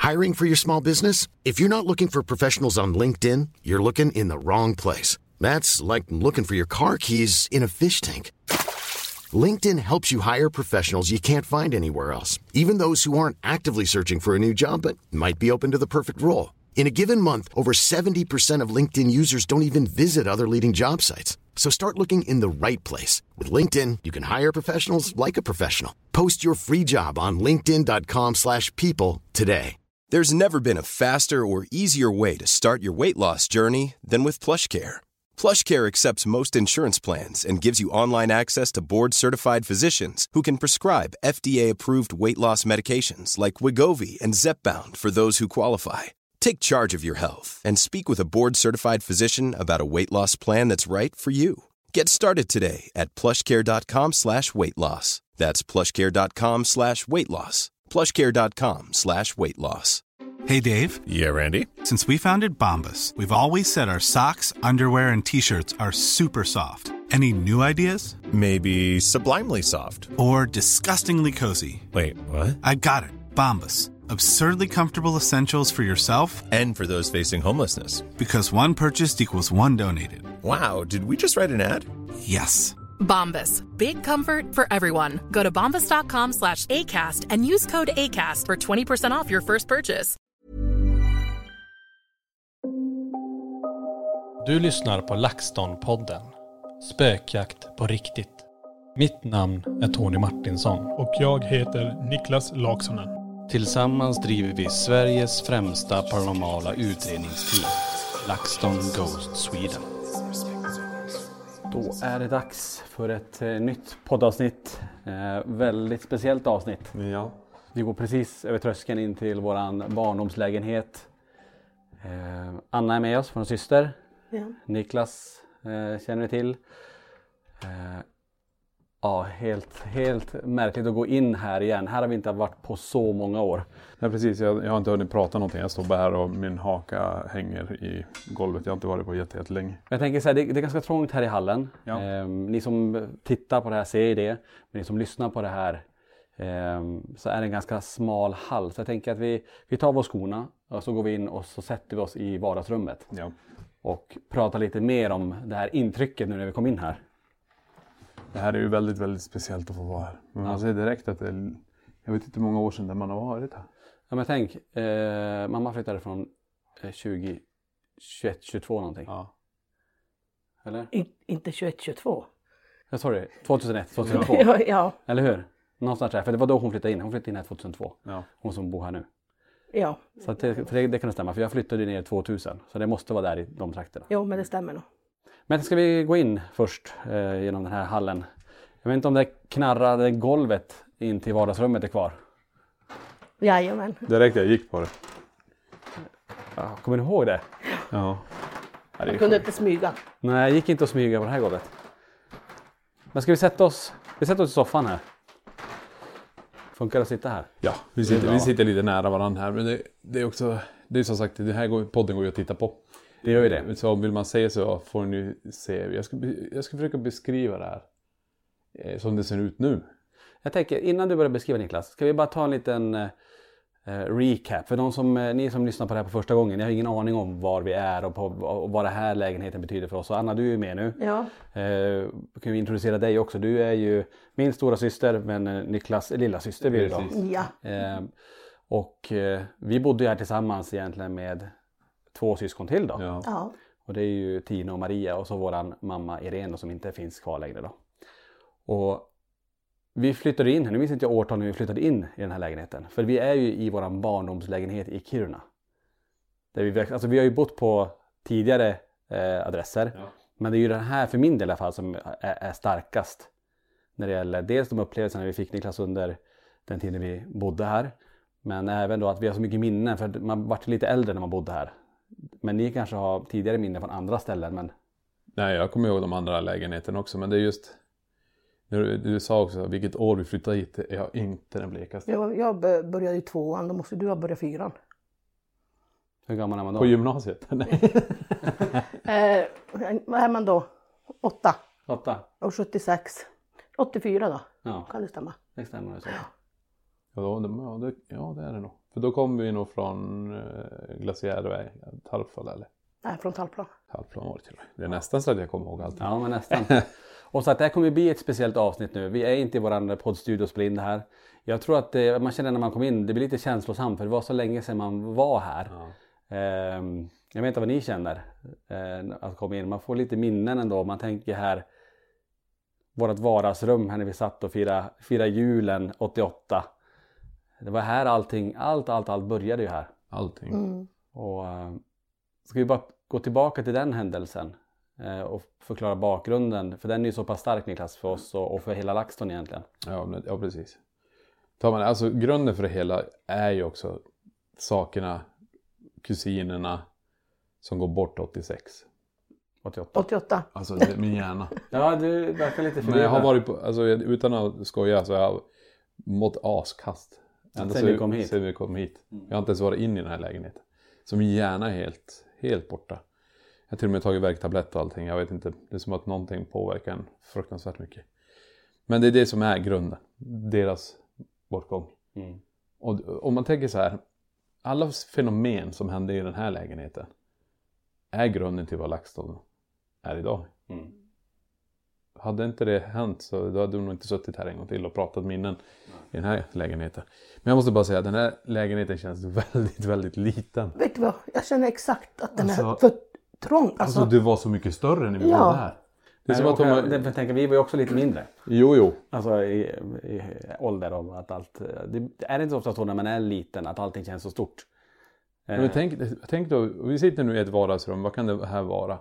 Hiring for your small business? If you're not looking for professionals on LinkedIn, you're looking in the wrong place. That's like looking for your car keys in a fish tank. LinkedIn helps you hire professionals you can't find anywhere else, even those who aren't actively searching for a new job but might be open to the perfect role. In a given month, over 70% of LinkedIn users don't even visit other leading job sites. So start looking in the right place. With LinkedIn, you can hire professionals like a professional. Post your free job on linkedin.com/people today. There's never been a faster or easier way to start your weight loss journey than with PlushCare. PlushCare accepts most insurance plans and gives you online access to board-certified physicians who can prescribe FDA-approved weight loss medications like Wegovy and Zepbound for those who qualify. Take charge of your health and speak with a board-certified physician about a weight loss plan that's right for you. Get started today at plushcare.com/weightloss. That's plushcare.com/weightloss. plushcare.com/weightloss. Hey, Dave. Yeah, Randy. Since we founded Bombas, we've always said our socks, underwear, and T-shirts are super soft. Any new ideas? Maybe sublimely soft. Or disgustingly cozy. Wait, what? I got it. Bombas. Absurdly comfortable essentials for yourself and for those facing homelessness. Because one purchased equals one donated. Wow, did we just write an ad? Yes. Bombas. Big comfort for everyone. Go to bombas.com/ACAST and use code ACAST for 20% off your first purchase. Du lyssnar på LaxTon-podden. Spökjakt på riktigt. Mitt namn är Tony Martinsson. Och jag heter Niklas Laksonen. Tillsammans driver vi Sveriges främsta paranormala utredningsteam. LaxTon Ghost Sweden. Då är det dags för ett nytt poddavsnitt. Väldigt speciellt avsnitt. Ja. Vi går precis över tröskeln in till våran barndomslägenhet. Anna är med oss, vår syster. Ja. Niklas känner vi till. Ja, helt märkligt att gå in här igen. Här har vi inte varit på så många år. Nej, precis. Jag har inte hunnit prata någonting. Jag står bara här och min haka hänger i golvet. Jag har inte varit på jättelänge. Jag tänker så här, det är ganska trångt här i hallen. Ja. Ni som tittar på det här ser det. Men ni som lyssnar på det här så är det en ganska smal hall. Så jag tänker att vi tar vår skorna och så går vi in och så sätter vi oss i vardagsrummet. Ja. Och pratar lite mer om det här intrycket nu när vi kom in här. Det här är ju väldigt, väldigt speciellt att få vara här. Men man ser direkt att jag vet inte hur många år sedan där man har varit här. Ja, men tänk, mamma flyttade från 2021, 22 någonting. Ja. Eller? Inte 21, 22. Ja, sorry, 2001, 2002. Ja. Eller hur? Någonstans där, för det var då hon flyttade in. Hon flyttade in här 2002. Ja. Hon som bor här nu. Ja. Så att det kan stämma, för jag flyttade ner 2000. Så det måste vara där i de trakterna. Jo, men det stämmer nog. Men ska vi gå in först genom den här hallen. Jag vet inte om det knarrade golvet in till vardagsrummet är kvar. Jajamän. Direkt jag gick på det. Ja, kommer ni ihåg det? Ja. Jag kunde inte smyga. Nej, jag gick inte att smyga på det här golvet. Men ska vi sätta oss i soffan här? Funkar det att sitta här? Ja, vi sitter lite nära varandra här. Men det är också, det är som sagt, det här podden går ju att titta på. Det gör ju det. Så vill man se så får ni se. Jag ska försöka beskriva det här som det ser ut nu. Jag tänker, innan du börjar beskriva, Niklas, ska vi bara ta en liten recap. För ni som lyssnar på det här på första gången, ni har ingen aning om var vi är och vad det här lägenheten betyder för oss. Och Anna, du är ju med nu. Ja. Kan vi introducera dig också. Du är ju min stora syster, men Niklas lilla syster blir det idag. Ja. Och vi bodde ju här tillsammans egentligen med 2 syskon till då. Ja. Ja. Och det är ju Tina och Maria och så våran mamma Irene som inte finns kvar längre då. Och vi flyttade in, nu minns inte jag årtal när vi flyttade in i den här lägenheten. För vi är ju i våran barndomslägenhet i Kiruna. Där vi har ju bott på tidigare adresser. Ja. Men det är ju den här för min del i alla fall som är starkast. När det gäller dels de upplevelserna vi fick, Niklas, under den tiden vi bodde här. Men även då att vi har så mycket minnen, för man var lite äldre när man bodde här. Men ni kanske har tidigare minnen från andra ställen, men... Nej, jag kommer ihåg de andra lägenheterna också, men det är just... Du sa också vilket år vi flyttade hit, jag har inte den blekaste. Jag började i 2:an, då måste du ha börjat 4:an. Hur gammal är man då? På gymnasiet? Nej. Vad är man då? 8. 8. Och 76. 84 då. Ja. Kan det stämma? Det stämmer så. Ja, det är det nog. För då kommer vi nog från Glaciärväg, Tarpfall eller? Nej, från Tallplan. Tallplan var det till och med. Det är nästan så att jag kommer ihåg allt. Ja, men nästan. Och så att det här kommer bli ett speciellt avsnitt nu. Vi är inte i våran poddstudio och spelar in det här. Jag tror att man känner när man kom in, det blir lite känslosamt för det var så länge sedan man var här. Ja. Jag vet inte vad ni känner att komma in. Man får lite minnen ändå. Man tänker här, vårt vardagsrum här när vi satt och firade julen 88. Det var här allt började ju här. Allting. Mm. Och ska vi bara gå tillbaka till den händelsen och förklara bakgrunden. För den är ju så pass stark, Niklas, för oss och för hela LaxTon egentligen. Ja, precis. Alltså grunden för det hela är ju också sakerna, kusinerna som går bort 88. Alltså det är min hjärna. Ja, du verkar lite förvirrad. Men jag har varit på, alltså utan att skoja så har jag mått askast. Sen vi kom hit. Jag har inte ens varit in i den här lägenheten. Så min hjärna är helt borta. Jag har till och med tagit värktablett och allting. Jag vet inte, det är som att någonting påverkar en fruktansvärt mycket. Men det är det som är grunden. Deras bortgång. Mm. Och om man tänker så här. Alla fenomen som händer i den här lägenheten är grunden till vad LaxTon är idag. Mm. Hade inte det hänt så då hade du nog inte suttit här en gång till och pratat minnen i den här lägenheten. Men jag måste bara säga att den här lägenheten känns väldigt, väldigt liten. Vet du vad? Jag känner exakt att den är för trång. Alltså du var så mycket större när vi var där. Det är som att jag tänker, vi var ju också lite mindre. Jo. Alltså i ålder och att allt. Det är inte så ofta så när man är liten att allting känns så stort. Men tänk då, vi sitter nu i ett vardagsrum. Vad kan det här vara?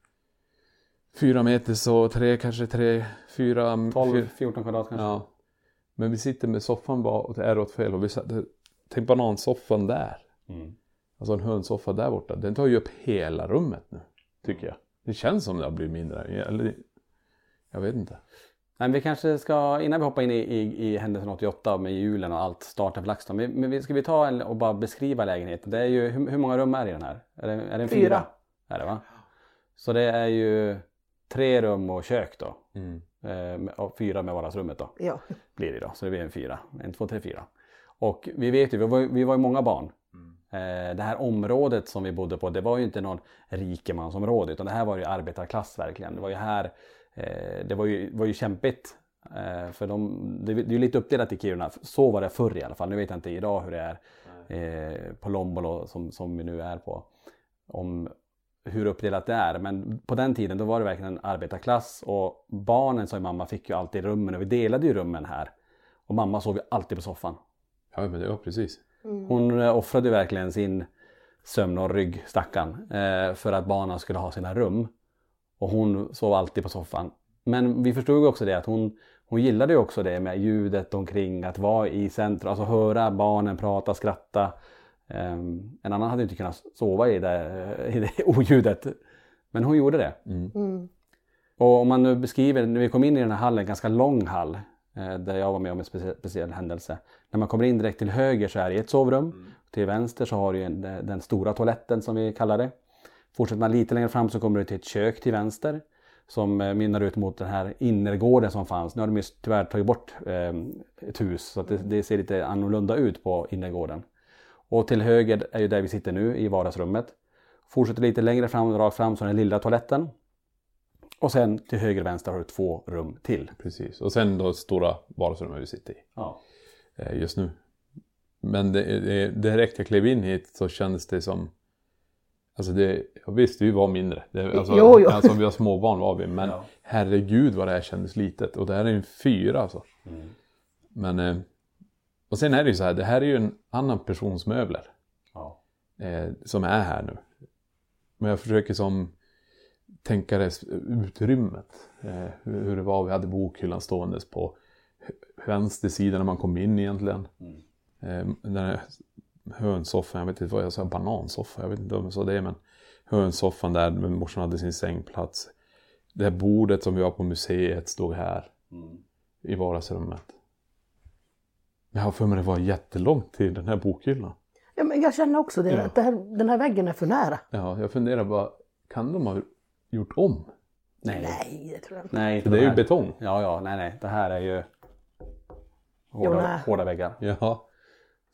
4 meter så 3, kanske 3, 4... 12-14 kvadrat kanske. Ja. Men vi sitter med soffan bara är åt fel. Och vi satt, tänk banansoffan där. Mm. Alltså en hönssoffa där borta. Den tar ju upp hela rummet nu, tycker jag. Det känns som det har blivit mindre. Eller, jag vet inte. Men vi kanske ska, innan vi hoppar in i händelsen 88 med julen och allt startar för LaxTon. Men ska vi ta och bara beskriva lägenheten. Det är ju, hur många rum är det i den här? Är det en 4? Är det, va? Så det är ju 3 rum och kök då. Och 4 med vardagsrummet då. Ja. Blir det då. Så det blir en 4. 1, 2, 3, 4. Och vi vet ju, vi var ju många barn. Det här området som vi bodde på, det var ju inte någon rikemansområde. Utan det här var ju arbetarklass verkligen. Det var ju här, det var ju kämpigt. För det är ju lite uppdelat i Kiruna. Så var det förr i alla fall. Nu vet jag inte idag hur det är på Lombolo som vi nu är på. Om hur uppdelat det är. Men på den tiden då var det verkligen en arbetarklass. Och barnen, sa mamma, fick ju alltid rummen. Och vi delade ju rummen här. Och mamma sov ju alltid på soffan. Ja, men det var precis. Hon offrade verkligen sin sömn och rygg, stackan. För att barnen skulle ha sina rum. Och hon sov alltid på soffan. Men vi förstod också det att hon gillade ju också det med ljudet omkring. Att vara i centrum. Alltså höra barnen prata, skratta. En annan hade inte kunnat sova i det oljudet. Men hon gjorde det. Och om man nu beskriver, när vi kom in i den här hallen, ganska lång hall. Där jag var med om en speciell händelse. När man kommer in direkt till höger så är det ett sovrum. Till vänster så har du den stora toaletten som vi kallar det. Fortsätter man lite längre fram så kommer du till ett kök till vänster. Som mynnar ut mot den här innergården som fanns. Nu har de ju tyvärr tagit bort ett hus. Så att det ser lite annorlunda ut på innergården. Och till höger är ju där vi sitter nu i vardagsrummet. Fortsätter lite längre fram, rakt fram så är den lilla toaletten. Och sen till höger och vänster har du 2 rum till. Precis. Och sen då stora vardagsrummet vi sitter i. Ja. Just nu. Men direkt jag klev in hit så kändes det som... Alltså visst, vi var mindre. Jo. Alltså vi var småbarn var vi. Men herregud vad det här kändes litet. Och det här är en 4 alltså. Men... Och sen är det ju så här, det här är ju en annan persons möbler. Ja. Som är här nu. Men jag försöker tänka det utrymmet. Hur det var, vi hade bokhyllan ståendes på vänster sida när man kom in egentligen. Den här hönsoffan, jag vet inte vad jag sa, banansoffa, jag vet inte om jag sa det, men hönsoffan där, morsan hade sin sängplats. Det här bordet som vi har på museet stod här i vardagsrummet. Jag har för mig det var jättelångt till den här bokhyllan. Ja, men jag känner också det, att den här väggen är för nära. Ja, jag funderar bara, kan de ha gjort om? Nej, det tror jag inte. Nej, det är ju betong. Ja, nej. Det här är ju hårda väggar. Ja.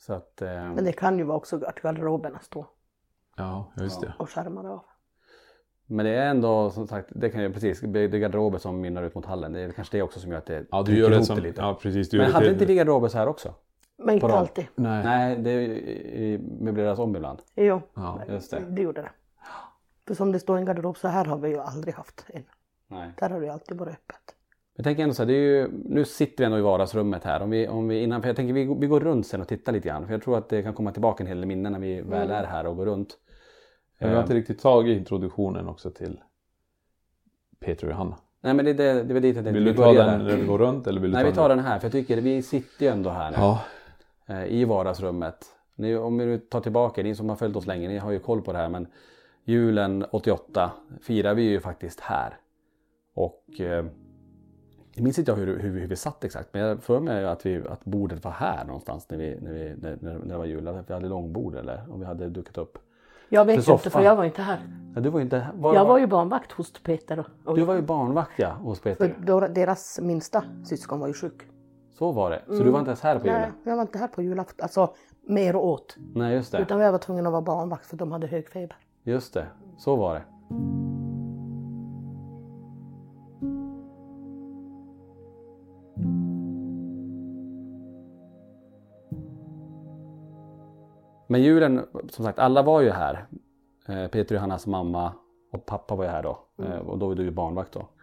Så att, Men det kan ju vara också att garderoberna står. Ja, just det. Och skärmar av. Men det är ändå som sagt, det kan ju precis, det är garderober som mynnar ut mot hallen. Det är kanske det också som gör att det du gör det som, lite. Ja, precis. Men hade inte vi garderober så här också? Men inte alltid. Nej, det möbleras om ibland. Jo, ja, just det gjorde det. För som det står i en garderob så här har vi ju aldrig haft en. Nej. Där har det ju alltid varit öppet. Jag tänker ändå så här, det är ju, nu sitter vi ändå i vardagsrummet här. Om vi innan, för jag tänker vi går runt sen och tittar lite grann. För jag tror att det kan komma tillbaka en hel del minnen när vi väl är här och går runt. Jag har inte riktigt tagit introduktionen också till Peter och Johanna. Nej, men det är dit jag tänkte. Vill du ta den när vi går runt? Eller vill du Nej, vi tar den här. För jag tycker vi sitter ju ändå här nu. Ja. I vardagsrummet. Om vi nu tar tillbaka, ni som har följt oss länge, ni har ju koll på det här. Men julen 88 firar vi ju faktiskt här. Och jag minns inte hur vi satt exakt. Men jag för mig att bordet var här någonstans när det var jul. Att vi hade långbord eller om vi hade dukat upp. Jag vet inte för jag var inte här. Ja, du var inte här. Jag var ju barnvakt hos Peter. Du var ju barnvakt, ja, hos Peter. För deras minsta syskon var ju sjuk. Så var det. Så du var inte ens här på julen? Nej, jag var inte här på julafton. Alltså mer åt. Nej, just det. Utan jag var tvungen att vara barnvakt för de hade hög feber. Just det. Så var det. Men julen, som sagt, alla var ju här. Peter och Johannas mamma och pappa var ju här då. Och då var du ju barnvakt då.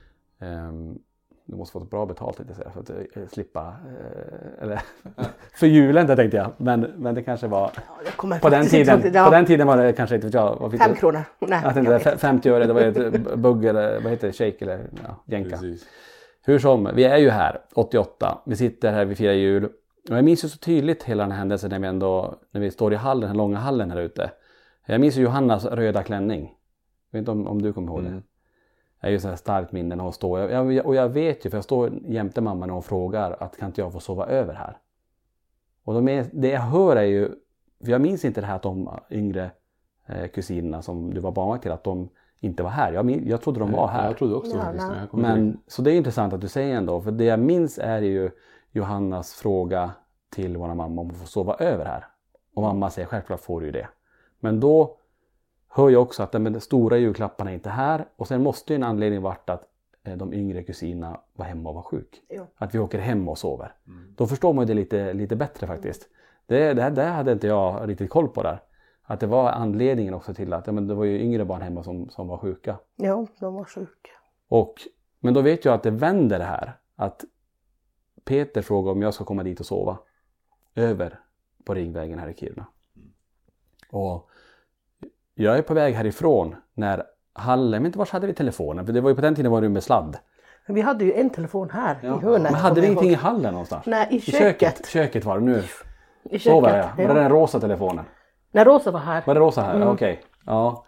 Du måste få ett bra betalt lite för att slippa, eller för julen där tänkte jag. Men det kanske var, på den tiden var det kanske inte, vad 5 kronor. Nej, 50 öre, det var ju ett bugg eller vad heter det, shake eller jänka. Precis. Hur som, vi är ju här 88, vi sitter här, vi firar jul. Och jag minns ju så tydligt hela den här händelsen när vi står i hallen, den här långa hallen här ute. Jag minns ju Johannas röda klänning. Jag vet inte om du kommer ihåg det. Jag är ju så här starkt minne när hon står. Och jag vet ju, för jag står jämte mamma när hon frågar att kan inte jag få sova över här. Och det jag hör är ju, för jag minns inte det här att de yngre kusinerna som du var barnvakt till, att de inte var här. Jag trodde de var här. Jag trodde också det. Men så det är intressant att du säger ändå, för det jag minns är ju Johannas fråga till vår mamma om att få sova över här. Och mamma säger självklart får du ju det. Men då hör jag också att de stora julklapparna är inte här. Och sen måste ju en anledning varit att de yngre kusinerna var hemma och var sjuk. Ja. Att vi åker hem och sover. Då förstår man ju det lite bättre faktiskt. Det hade inte jag riktigt koll på där. Att det var anledningen också till att det var ju yngre barn hemma som var sjuka. Ja, de var sjuka. Men då vet jag att det vänder det här. Att Peter frågar om jag ska komma dit och sova. Över på Ringvägen här i Kiruna. Och jag är på väg härifrån när hallen, men inte vars hade vi telefonen? För det var ju på den tiden var det med sladd. Men vi hade ju en telefon här i hörnet. Men hade vi ingenting i hallen någonstans? Nej, i köket. Köket var det nu. I köket. Så var det, ja. Var det den rosa telefonen? När Rosa var här. Var det Rosa här? Okej. Ja.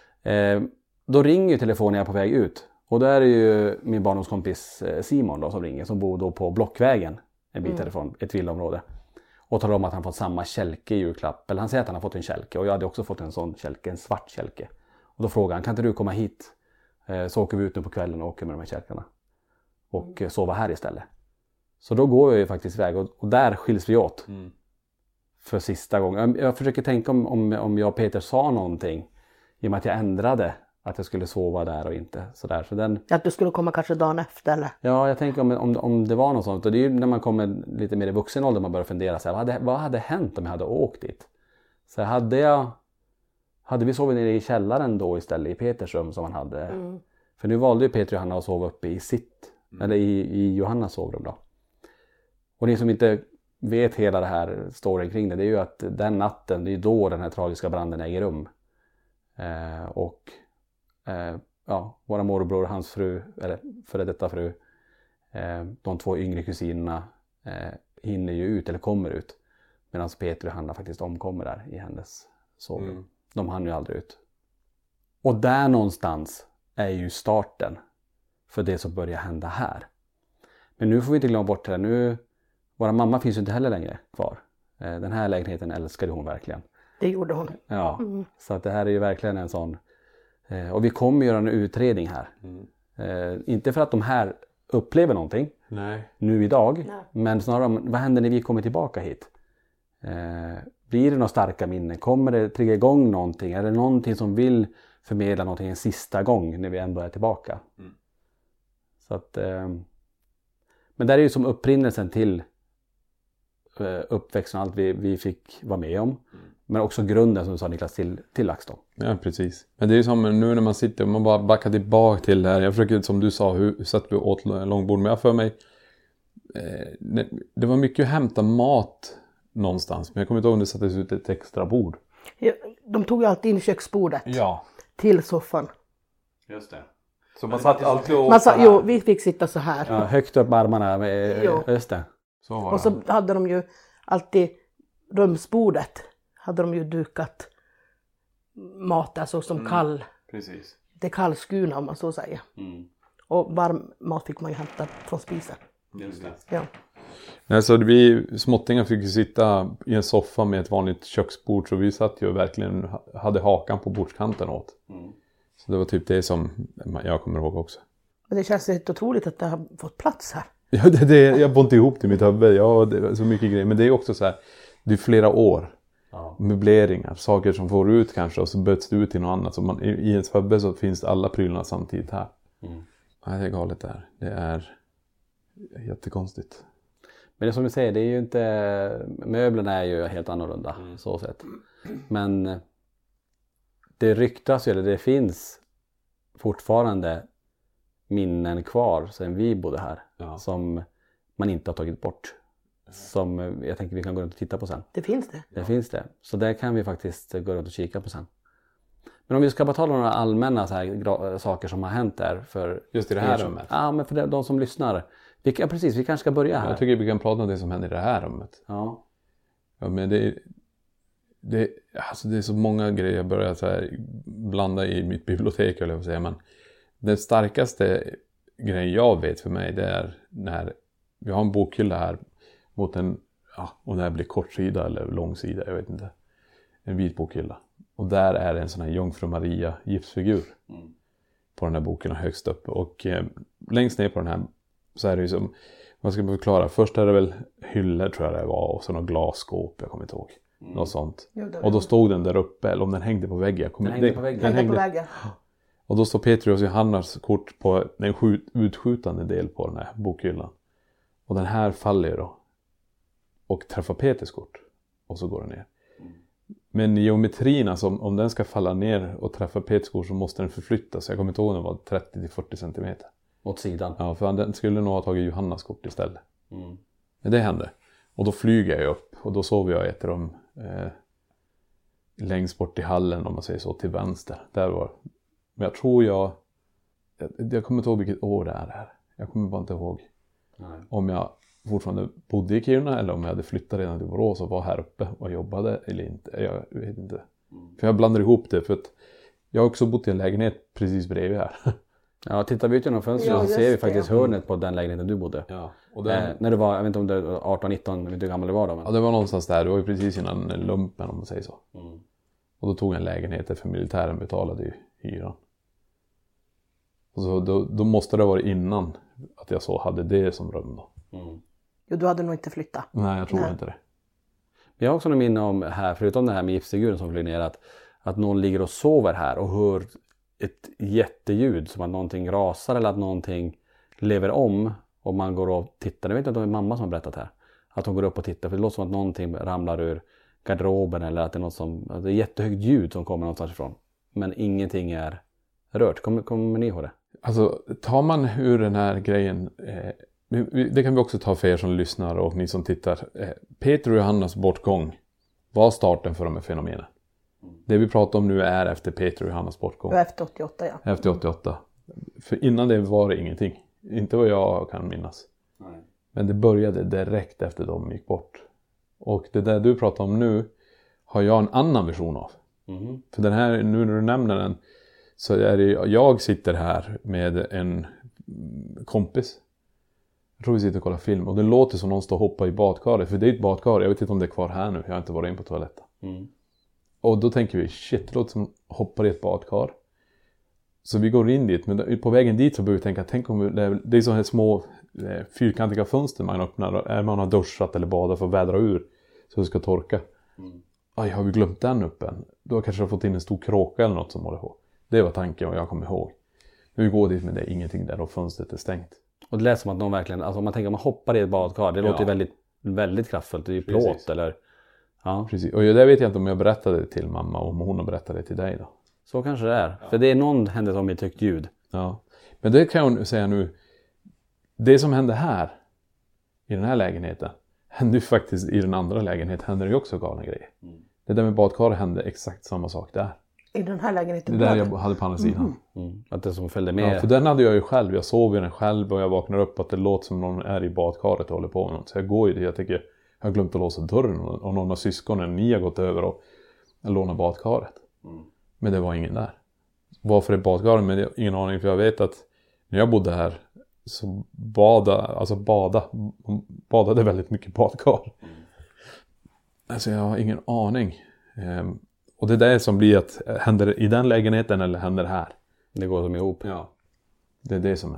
Då ringer ju telefonen, jag är på väg ut. Och då är det ju min barndomskompis Simon då som ringer. Som bor då på Blockvägen. En bit därifrån, ett villaområde. Och talar om att han fått samma kälke i julklapp. Eller han säger att han har fått en kälke. Och jag hade också fått en sån kälke, en svart kälke. Och då frågar han, kan inte du komma hit? Så åker vi ut nu på kvällen och åker med de här kälkarna. Och sova här istället. Så då går jag ju faktiskt iväg. Och där skiljs vi åt. För sista gången. Jag försöker tänka om jag och Peter sa någonting. I och med att jag ändrade. Att jag skulle sova där och inte sådär. Så den... Att du skulle komma kanske dagen efter eller? Ja, jag tänker om det var något sånt. Och det är ju när man kommer lite mer i vuxen ålder man börjar fundera så här, vad hade hänt om jag hade åkt dit? Så hade vi sovit nere i källaren då istället i Peters rum som han hade? För nu valde ju Peter och Johanna att sova uppe i sitt, eller i Johannas sovrum då. Och ni som inte vet hela det här storyn kring det är ju att den natten, det är då den här tragiska branden äger rum. Våra morbror och hans fru, eller före detta fru, de 2 yngre kusinerna hinner ju ut eller kommer ut. Medan Peter och Hanna faktiskt omkommer där i hennes sovrum. De hann ju aldrig ut. Och där någonstans är ju starten för det som börjar hända här. Men nu får vi inte glömma bort det. Nu, våra mamma finns ju inte heller längre kvar. Den här lägenheten älskade hon verkligen. Det gjorde hon. Ja, så att det här är ju verkligen en sån... Och vi kommer göra en utredning här. Inte för att de här upplever någonting nu idag. Nej. Men snarare vad händer när vi kommer tillbaka hit? Blir det några starka minnen? Kommer det trigga igång någonting? Är det någonting som vill förmedla någonting en sista gång när vi ändå är tillbaka? Så att, men det är ju som upprinnelsen till uppväxten och allt vi fick vara med om. Men också grunden som du sa Niklas till LaxTon. Ja, precis. Men det är ju som nu när man sitter och man bara backar tillbaka till det här. Jag försöker, som du sa, hur satt vi åt långbord. Men jag för mig, det var mycket att hämta mat någonstans. Men jag kommer inte ihåg om det sattes ut ett extra bord. Ja, de tog ju alltid in köksbordet till soffan. Just det. Så man satt alltid och Jo, vi fick sitta så här. Ja, högt upp med armarna. Just det. Så var och så hade de ju alltid rumsbordet. Hade de ju dukat mat där så som kall. Precis. Det kallskuna om man så säger. Och varm mat fick man ju hämta från spisen. Just det. Ja. Nej, så vi småttingar fick ju sitta i en soffa med ett vanligt köksbord. Så vi satt ju verkligen, hade hakan på bordskanten åt. Så det var typ det som jag kommer ihåg också. Men det känns helt otroligt att det har fått plats här. Ja, jag får inte ihop det i mitt huvud. Ja, det är så mycket grejer. Men det är också så här, det är flera år. Möbleringar, saker som får ut kanske och så byts det ut till något annat. Så i ens huvud så finns alla prylarna samtidigt här. Nej, det är galet där. Det är jättekonstigt. Men det som du säger, det är ju inte... Möblerna är ju helt annorlunda så sett. Men det ryktas ju, eller det finns fortfarande minnen kvar sedan vi bodde här. Som man inte har tagit bort. Som jag tänker vi kan gå runt och titta på sen. Det finns det. Det finns det. Så där kan vi faktiskt gå runt och kika på sen. Men om vi ska bara tala om några allmänna så här, saker som har hänt där. För just i det här rummet? Ja, men för de som lyssnar. Precis, vi kanske ska börja här. Jag tycker vi kan prata om det som händer i det här rummet. Ja. Ja, men det är så många grejer jag börjar så här blanda i mitt bibliotek, eller vad säga. Men den starkaste grejen jag vet för mig, det är när vi har en bokhylla här mot en, om det här blir kortsida eller långsida, jag vet inte. En vit bokhylla. Och där är det en sån här Jungfru Maria gipsfigur på den här boken högst upp. Och längst ner på den här så är det ju som, vad ska man förklara? Först är det väl hyllor tror jag det var, och så några glasskåp, jag kommer inte ihåg. Något sånt. Och då stod den där uppe, eller om den hängde på väggen. Den hängde på väggen. Och då står Petrus och Johannas kort på den utskjutande del på den här bokhyllan. Och den här faller ju då. Och träffar Peters kort. Och så går den ner. Men geometrin, alltså om den ska falla ner och träffa Peters kort så måste den förflyttas. Jag kommer inte ihåg om den var 30-40 cm. Åt sidan. Ja, för den skulle nog ha tagit Johannas kort istället. Men det hände. Och då flyger jag upp. Och då såg jag ett rum längst bort i hallen, om man säger så, till vänster. Där var. Men jag tror jag kommer inte ihåg vilket år det är här. Jag kommer bara inte ihåg. Nej. Om jag fortfarande bodde i Kiruna eller om jag hade flyttat redan till Borås och var här uppe och jobbade eller inte. Jag vet inte. För jag blandar ihop det, för att jag har också bott i en lägenhet precis bredvid här. Ja, tittar vi ut genom fönstret så ser vi faktiskt hörnet på den lägenheten du bodde. Ja. Och den, när du var, jag vet inte om det var 18-19, jag vet inte hur gammal du var då. Men... Ja, det var någonstans där. Det var ju precis innan lumpen, om man säger så. Och då tog jag en lägenhet för militären betalade ju hyran. Och så då måste det ha varit innan att jag så hade det som rum då. Jo, du hade nog inte flyttat. Nej, jag tror inte det. Jag har också något minne om här, förutom det här med gipsfiguren som flyger ner, att någon ligger och sover här och hör ett jätteljud som att någonting rasar eller att någonting lever om och man går och tittar. Jag vet inte om det är mamma som har berättat här. Att hon går upp och tittar, för det låter som att någonting ramlar ur garderoben eller att det är något som, att det är jättehögt ljud som kommer någonstans ifrån. Men ingenting är rört. Kommer ni ihåg det? Alltså, tar man ur den här grejen, det kan vi också ta för er som lyssnar och ni som tittar. Peter och Johannas bortgång var starten för de här fenomenen. Det vi pratar om nu är efter Peter och Johannas bortgång. Efter 88, ja. Efter 88. För innan det var det ingenting. Inte vad jag kan minnas. Nej. Men det började direkt efter de gick bort. Och det där du pratar om nu har jag en annan version av. För den här, nu när du nämner den, så är det, jag sitter här med en kompis. Jag tror vi sitter och kollar film. Och det låter som någon står och hoppar i badkaret. För det är ett badkar. Jag vet inte om det är kvar här nu. Jag har inte varit in på toaletten. Och då tänker vi, shit, det låter som hoppar i ett badkar. Så vi går in dit. Men på vägen dit så börjar vi tänka, tänk om det är så här små fyrkantiga fönster man öppnar. När man har duschat eller badat för att vädra ur. Så det ska torka. Aj, har vi glömt den uppen? Då kanske jag fått in en stor kråka eller något som håller på. Det var tanken och jag kommer ihåg. Vi går dit med det, ingenting där och fönstret är stängt. Och det lät som att någon verkligen, alltså om man tänker att man hoppar i ett badkar, det låter ju väldigt, väldigt kraftfullt. Det är ju plåt eller... Ja. Precis, och det vet jag inte om jag berättade det till mamma och om hon har berättat det till dig då. Så kanske det är. För det är någon händelse om ett högt ljud. Ja, men det kan jag säga nu. Det som hände här, i den här lägenheten, hände ju faktiskt i den andra lägenheten, hände det ju också galna grejer. Det där med badkaret hände exakt samma sak där. I den här lägenheten? Det där jag hade på andra sidan. Att det som följde med. Ja, för den hade jag ju själv. Jag sov i den själv och jag vaknar upp att det låter som någon är i badkaret och håller på med något. Så jag går ju dit. Jag tänker, jag har glömt att låsa dörren och någon av syskonen, ni har gått över och lånat badkaret. Men det var ingen där. Varför är badkaret? Men ingen aning, för jag vet att när jag bodde här så badade väldigt mycket badkar. Alltså jag har ingen aning. Och det är det som blir att händer det i den lägenheten eller händer det här? Det går som ihop. Ja. Det är det som är.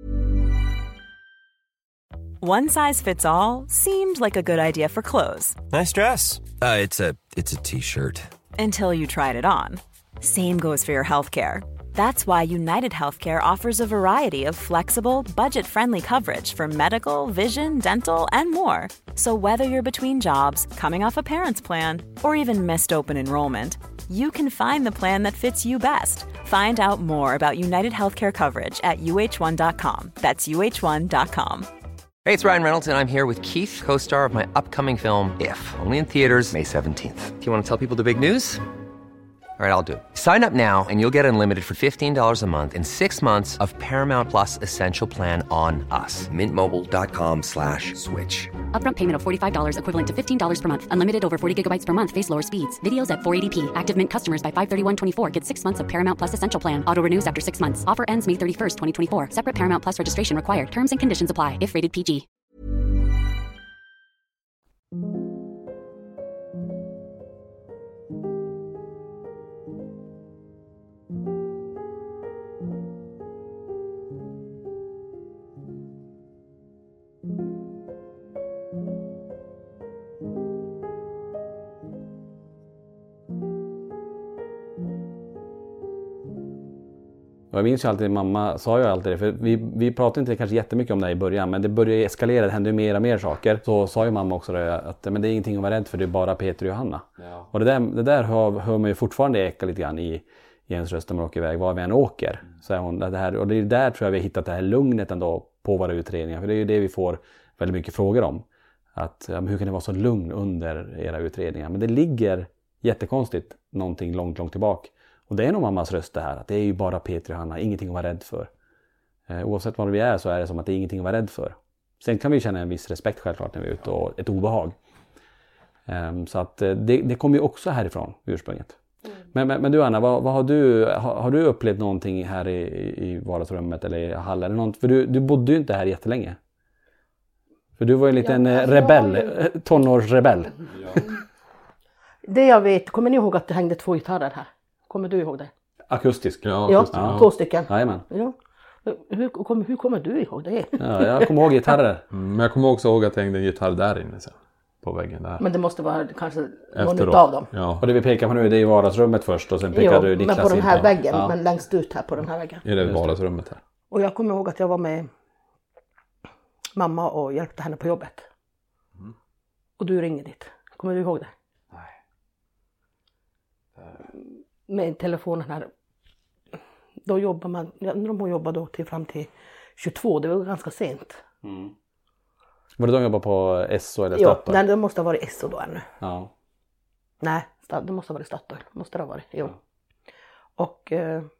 One size fits all seemed like a good idea for clothes. Nice dress. It's a t-shirt. Until you tried it on. Same goes for your healthcare. That's why United Healthcare offers a variety of flexible, budget-friendly coverage for medical, vision, dental, and more. So whether you're between jobs, coming off a parent's plan, or even missed open enrollment, you can find the plan that fits you best. Find out more about United Healthcare coverage at uh1.com. That's uh1.com. Hey, it's Ryan Reynolds, and I'm here with Keith, co-star of my upcoming film, If, only in theaters May 17th. Do you want to tell people the big news? All right, I'll do it. Sign up now and you'll get unlimited for $15 a month and 6 months of Paramount Plus Essential Plan on us. MintMobile.com/switch. Upfront payment of $45 equivalent to $15 per month. Unlimited over 40 gigabytes per month. Face lower speeds. Videos at 480p. Active Mint customers by 531.24 get 6 months of Paramount Plus Essential Plan. Auto renews after 6 months. Offer ends May 31st, 2024. Separate Paramount Plus registration required. Terms and conditions apply if rated PG. Jag minns ju alltid, mamma sa ju alltid det, för vi pratade inte kanske jättemycket om det i början, men det började eskalera, det hände ju mer och mer saker. Så sa ju mamma också det, att men det är ingenting att vara rädd för, det är bara Peter och Johanna. Ja. Och det där hör man ju fortfarande eka lite grann i ens röst när man åker iväg, var vi än åker. Så hon, det här, och det är där tror jag vi har hittat det här lugnet ändå på våra utredningar, för det är ju det vi får väldigt mycket frågor om. Att ja, hur kan det vara så lugn under era utredningar? Men det ligger jättekonstigt någonting långt tillbaka. Och det är nog mammas röst det här, att det är ju bara Peter och Johanna, ingenting att vara rädd för. Oavsett var vi är så är det som att det är ingenting att vara rädd för. Sen kan vi känna en viss respekt självklart när vi är ute och ett obehag. Så att det kommer ju också härifrån ursprunget. Men du Anna, vad har du upplevt någonting här i vardagsrummet eller i hallen? För du bodde ju inte här jättelänge. För du var ju en liten tonårsrebell. Ja. Det jag vet, kommer ni ihåg att det hängde 2 gitarrer här? Kommer du ihåg det? Akustisk? Ja, 2 stycken. Jajamän. Ja. Hur kommer du ihåg det? Ja, jag kommer ihåg gitarrer. Men jag kommer också ihåg att det hängde en gitarr där inne sen. På väggen där. Men det måste vara kanske någon av dem. Ja. Och det vi pekar på nu, det är i vardagsrummet först och sen pekar du Niklas in. Men på den här väggen, men längst ut här på den här väggen. Är det vardagsrummet här? Och jag kommer ihåg att jag var med mamma och hjälpte henne på jobbet. Och du ringde dit. Kommer du ihåg det? Nej. Med telefonen här. Då jobbar man, de jobbar då fram till 22, det var ganska sent. Var det de jobbar på SO eller Statoil? Ja, det måste ha varit SO då ännu. Ja. Nej, det måste ha varit Statoil. Måste det ha varit, jo. Och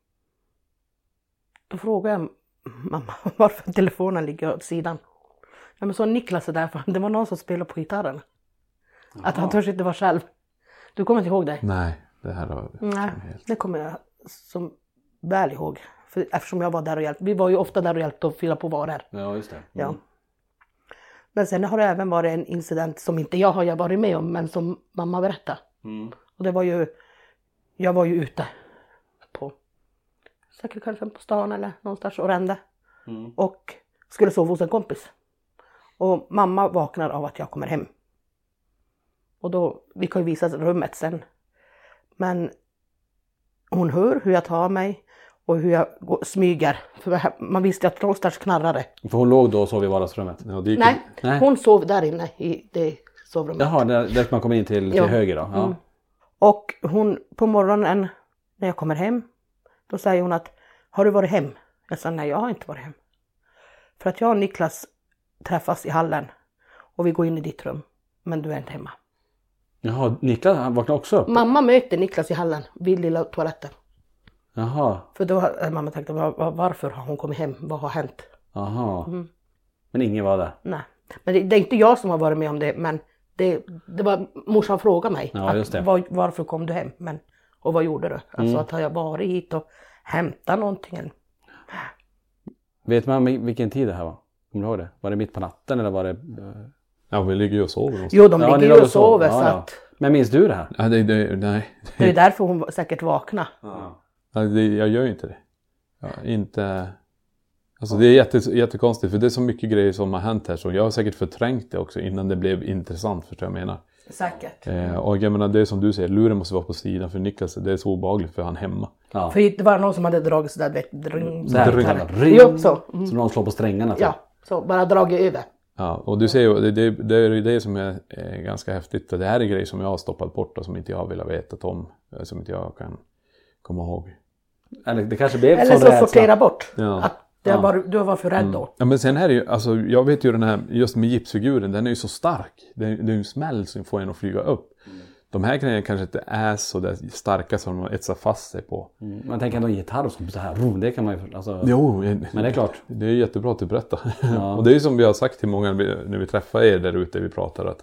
då frågade jag mamma varför telefonen ligger åt sidan. Ja, men så Niklas är där, för det var någon som spelade på gitarren. Att han törs inte vara själv. Du kommer inte ihåg det? Nej, det här var Nej, det kommer jag som väl ihåg. För eftersom jag var där och hjälpte. Vi var ju ofta där och hjälpte att fylla på varor. Ja, just det. Ja. Men sen har det även varit en incident som inte jag har varit med om, men som mamma berättade. Och det var ju, jag var ju ute på, säkert kanske på stan eller någonstans och rände. Och skulle sova hos en kompis. Och mamma vaknar av att jag kommer hem. Och då, vi kan ju visa rummet sen. Men hon hör hur jag tar mig och hur jag smyger. För man visste att någonstans knarrade. För hon låg då och sov i vardagsrummet? Ja, Nej, hon sov där inne i det sovrummet. Jaha, där man kommer in till höger då? Ja. Och hon på morgonen när jag kommer hem, då säger hon att har du varit hem? Jag sa nej, jag har inte varit hem. För att jag och Niklas träffas i hallen och vi går in i ditt rum. Men du är inte hemma. Jaha, Niklas han vaknade också upp? Mamma möter Niklas i hallen vid lilla toaletten. Jaha. För då har mamma tänkt, varför har hon kommit hem? Vad har hänt? Jaha. Men ingen var där? Nej. Men det är inte jag som har varit med om det. Men det var morsan frågade mig. Ja, just det. Varför kom du hem? Och vad gjorde du? Alltså att har jag varit hit och hämtat någonting? Vet man vilken tid det här var? Kommer du ihåg det? Var det mitt på natten eller var det... Ja, vi ligger ju och sover. Jo, de ligger ju och sover. Så att... Men minns du det här? Ja, nej. Det är därför hon säkert vaknar. Ja, jag gör ju inte det. Inte... Alltså det är jättekonstigt, för det är så mycket grejer som har hänt här. Så jag har säkert förträngt det också innan det blev intressant, förstår jag menar. Säkert. Och jag menar, det är som du säger, luren måste vara på sidan för Niklas. Det är så obehagligt för han hemma. Ja. För det var någon som hade dragit sådär, vet ring. Jo, så. Så någon slår på strängarna. Ja, så bara dragit över. Ja, och du ser ju, det är ju det som är ganska häftigt. För det här är grejer som jag har stoppat bort och som inte jag har velat veta om. Som inte jag kan komma ihåg. Eller det kanske blev eller så sortera bort. Ja. Att du var för rädd då. Ja, men sen är det ju, alltså jag vet ju den här, just med gipsfiguren, den är ju så stark. Det är ju en smäll som får en att flyga upp. De här grejerna kanske inte är så där starka som de etsar fast sig på. Man tänker ändå en gitarr som så här, det kan man ju, alltså... Jo, men det är klart. Det är jättebra att du berättar. Ja. Och det är ju som vi har sagt till många när vi träffar er där ute, vi pratar att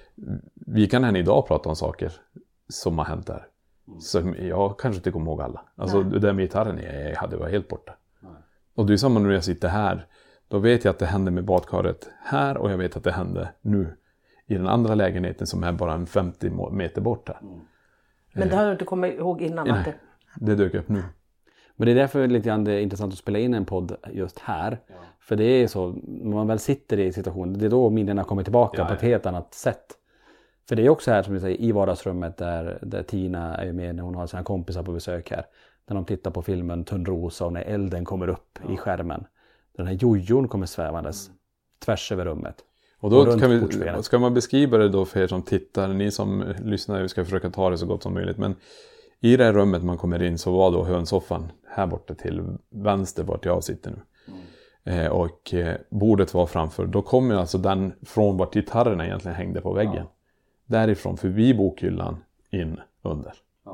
vi kan än idag prata om saker som har hänt där. Så jag kanske inte kommer ihåg alla. Alltså det där med gitarren, jag hade varit helt borta. Och det är samma när jag sitter här. Då vet jag att det hände med badkaret här och jag vet att det hände nu. I den andra lägenheten som är bara en 50 meter bort här. Men det har du inte kommit ihåg innan? Nej, det dök upp nu. Men det är därför lite grann det är intressant att spela in en podd just här. Ja. För det är så, när man väl sitter i situationen, det är då minnena kommer tillbaka på ett helt annat sätt. För det är också här som vi säger i vardagsrummet där Tina är med när hon har sina kompisar på besök här. När de tittar på filmen Tunnrosa och när elden kommer upp i skärmen. Den här jojon kommer svävandes tvärs över rummet. Och då ska man beskriva det då för er som tittar, ni som lyssnar, vi ska försöka ta det så gott som möjligt. Men i det här rummet man kommer in så var då hönsoffan här borta till vänster vart jag sitter nu. Och bordet var framför, då kommer alltså den från vart gitarrerna egentligen hängde på väggen. Därifrån förbi bokhyllan in under.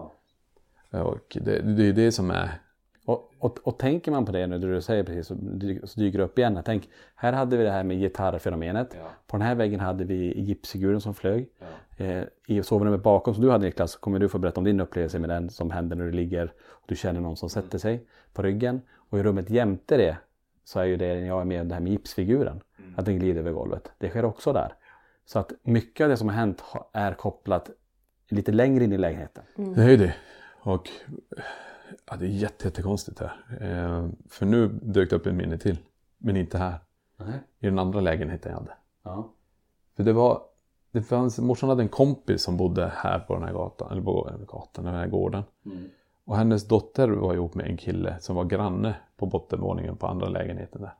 Och det är det som är... Och tänker man på det nu, du säger precis, så dyker det upp igen. Tänk, här hade vi det här med gitarrfenomenet. Ja. På den här väggen hade vi gipsfiguren som flög. Ja. I sovrummet bakom som du hade, Niklas, kommer du få berätta om din upplevelse med den som händer när du ligger och du känner någon som sätter sig på ryggen. Och i rummet jämte det så är ju det jag är med det här med gipsfiguren. Att den glider över golvet. Det sker också där. Så att mycket av det som har hänt är kopplat lite längre in i lägenheten. Det är ju det. Och ja, det är jättekonstigt här. För nu dök det upp en minne till. Men inte här. I den andra lägenheten jag hade. Ja. För det fanns, morsan hade en kompis som bodde här på den här gatan. Eller på gatan, den här gården. Och hennes dotter var ihop med en kille som var granne på bottenvåningen på andra lägenheten där.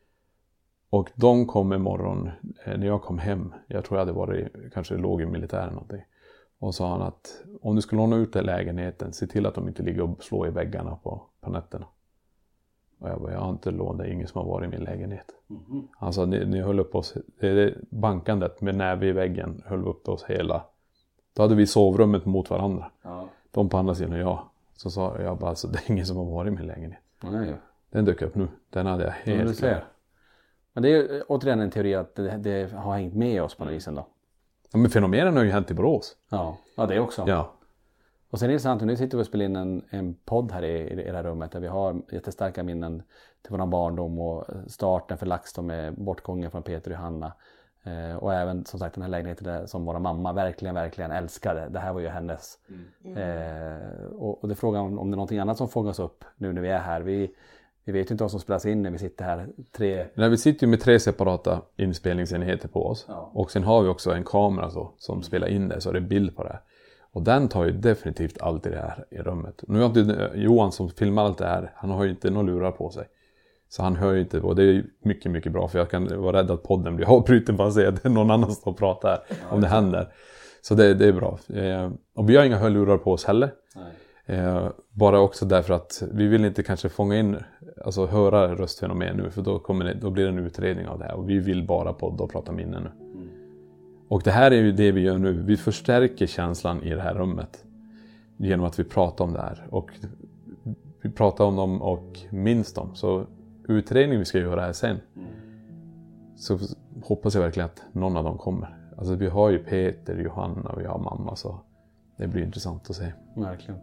Och de kom en morgon när jag kom hem. Jag tror jag hade varit, kanske låg i militären någonting. Och sa han att om du ska låna ut den lägenheten, se till att de inte ligger och slår i väggarna på nätterna. Och jag bara, jag har inte lånat, det är ingen som har varit i min lägenhet. Han sa, ni höll upp oss, det bankandet med näve i väggen höll upp oss hela. Då hade vi sovrummet mot varandra. Ja. De på andra sidan och jag. Så sa jag bara, alltså, det är ingen som har varit i min lägenhet. Nej. Den dök upp nu, den hade jag helt klar. Men det är ju återigen en teori att det har hängt med oss på något vis ändå. Ja, men fenomenen har ju hänt i Borås. Ja, det också. Ja. Och sen är det sant, nu sitter vi och spelar in en podd här i det här rummet där vi har jättestarka minnen till våran barndom och starten för LaxTon med bortgången från Peter och Johanna. Och även som sagt den här lägenheten där, som våra mamma verkligen älskade. Det här var ju hennes. Och det är frågan om det är någonting annat som fångas upp nu när vi är här. Vi Vi vet ju inte vad som spelas in när vi sitter här. Nej, vi sitter ju med 3 separata inspelningsenheter på oss. Ja. Och sen har vi också en kamera som spelar in det, så är det bild på det. Och den tar ju definitivt allt det här i rummet. Nu har inte Johan som filmar allt det här, han har ju inte några lurar på sig. Så han hör ju inte, och det är mycket, mycket bra. För jag kan vara rädd att podden blir avbruten bara att säga att det är någon annan som pratar om det händer. Så det är bra. Och vi har inga hörlurar på oss heller. Bara också därför att vi vill inte kanske fånga in, alltså höra röstfenomen nu. För då blir det en utredning av det här. Och vi vill bara podda och prata minnen nu. Och det här är ju det vi gör nu. Vi förstärker känslan i det här rummet. Genom att vi pratar om det här. Och vi pratar om dem och minns dem. Så utredningen vi ska göra här sen. Så hoppas jag verkligen att någon av dem kommer. Alltså vi har ju Peter, Johanna och vi har mamma. Så det blir intressant att se. Verkligen.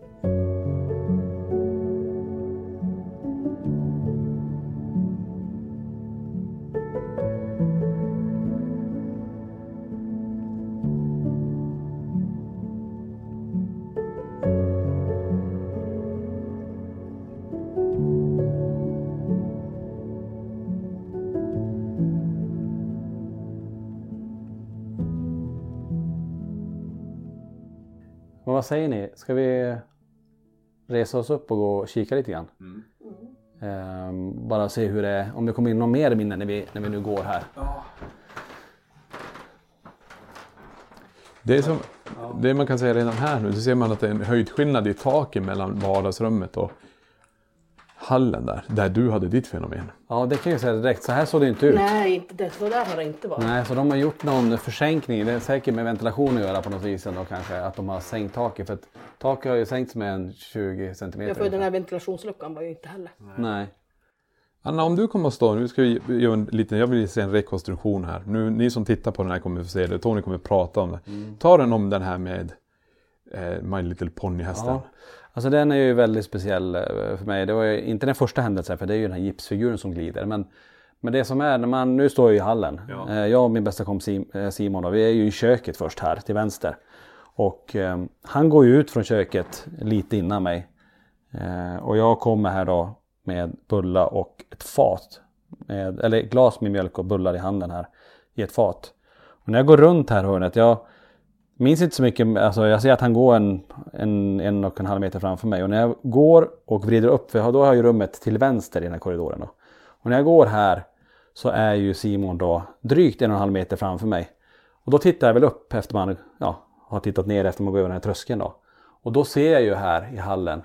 Men vad säger ni? Ska vi resa oss upp och gå och kika lite grann? Bara se hur det är, om det kommer in någon mer minne när vi nu går här. Det man kan säga redan här nu, så ser man att det är en höjdskillnad i taket mellan vardagsrummet och hallen där du hade ditt fenomen. Ja, det kan jag säga direkt. Så här såg det inte ut. Nej, inte det. Så där har det inte varit. Nej, så de har gjort någon försänkning. Det är säkert med ventilation att göra på något vis då kanske. Att de har sänkt taket. För att taket har ju sänkts med en 20 centimeter. Ja, för den här ventilationsluckan var ju inte heller. Nej. Anna, om du kommer att stå, nu ska vi göra jag vill se en rekonstruktion här. Nu, ni som tittar på den här kommer att få se det. Tony kommer att prata om det. Ta den om den här med My Little Pony-hästen. Ja. Alltså den är ju väldigt speciell för mig. Det var ju inte den första händelsen, för det är ju den här gipsfiguren som glider. Men det som är, när man nu står i hallen. Ja. Jag och min bästa kompis Simon då, vi är ju i köket först här till vänster. Och han går ju ut från köket lite innan mig. Och jag kommer här då med bullar och ett fat. Eller ett glas med mjölk och bullar i handen här i ett fat. Och när jag går runt här hörnet, jag minns inte så mycket, alltså jag ser att han går en och en halv meter framför mig. Och när jag går och vrider upp, för då har jag ju rummet till vänster i den här korridoren då. Och när jag går här så är ju Simon då drygt 1,5 meter framför mig. Och då tittar jag väl upp efter man har tittat ner efter man går över den här tröskeln då. Och då ser jag ju här i hallen,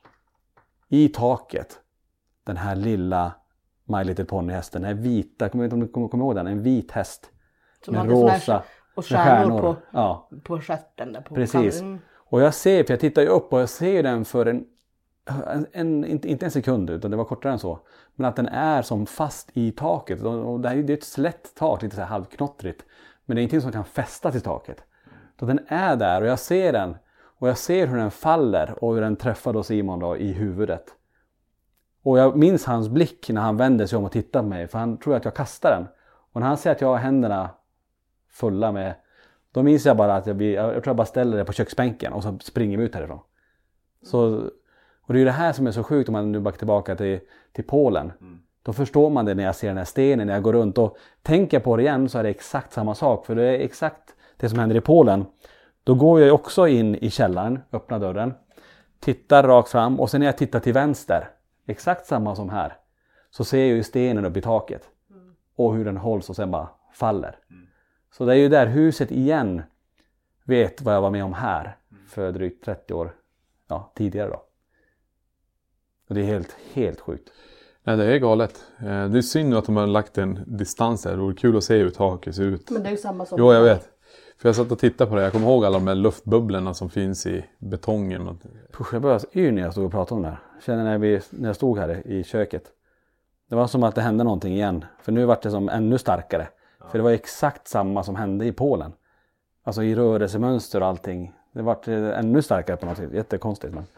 i taket, den här lilla My Little Pony-hästen. Den här vita, kommer inte om du kommer ihåg den, en vit häst. Som med rosa och stjärnor på stjärten där på. Precis. Och jag ser, för jag tittar ju upp och jag ser den för inte en sekund, utan det var kortare än så. Men att den är som fast i taket. Och det är ett slätt tak, lite så här halvknottrigt. Men det är ingenting som kan fästa till taket. Så den är där och jag ser den. Och jag ser hur den faller och hur den träffar då Simon då i huvudet. Och jag minns hans blick när han vänder sig om och tittar på mig. För han tror att jag kastar den. Och när han ser att jag har händerna fulla med, då minns jag bara att jag tror jag bara ställer det på köksbänken och så springer vi ut härifrån. Och det är ju det här som är så sjukt om man nu backar tillbaka till Polen. Då förstår man det när jag ser den här stenen, när jag går runt och tänker på det igen, så är det exakt samma sak. För det är exakt det som händer i Polen. Då går jag också in i källaren, öppnar dörren, tittar rakt fram och sen när jag tittar till vänster, exakt samma som här, så ser jag ju stenen upp i taket. Och hur den hålls och sen bara faller. Så det är ju där huset igen vet vad jag var med om här för drygt 30 år tidigare då. Och det är helt sjukt. Nej, det är galet. Det är synd att de har lagt en distans där. Det vore kul att se hur taket ser ut. Men det är ju samma som... Jo, jag vet. För jag satt och tittade på det. Jag kommer ihåg alla de här luftbubblorna som finns i betongen. Push, jag började när jag stod och pratade om det här. Jag kände när jag stod här i köket. Det var som att det hände någonting igen. För nu var det som ännu starkare. Ja. För det var exakt samma som hände i Polen. Alltså i rörelsemönster och allting. Det var ännu starkare på något sätt. Jättekonstigt. Men...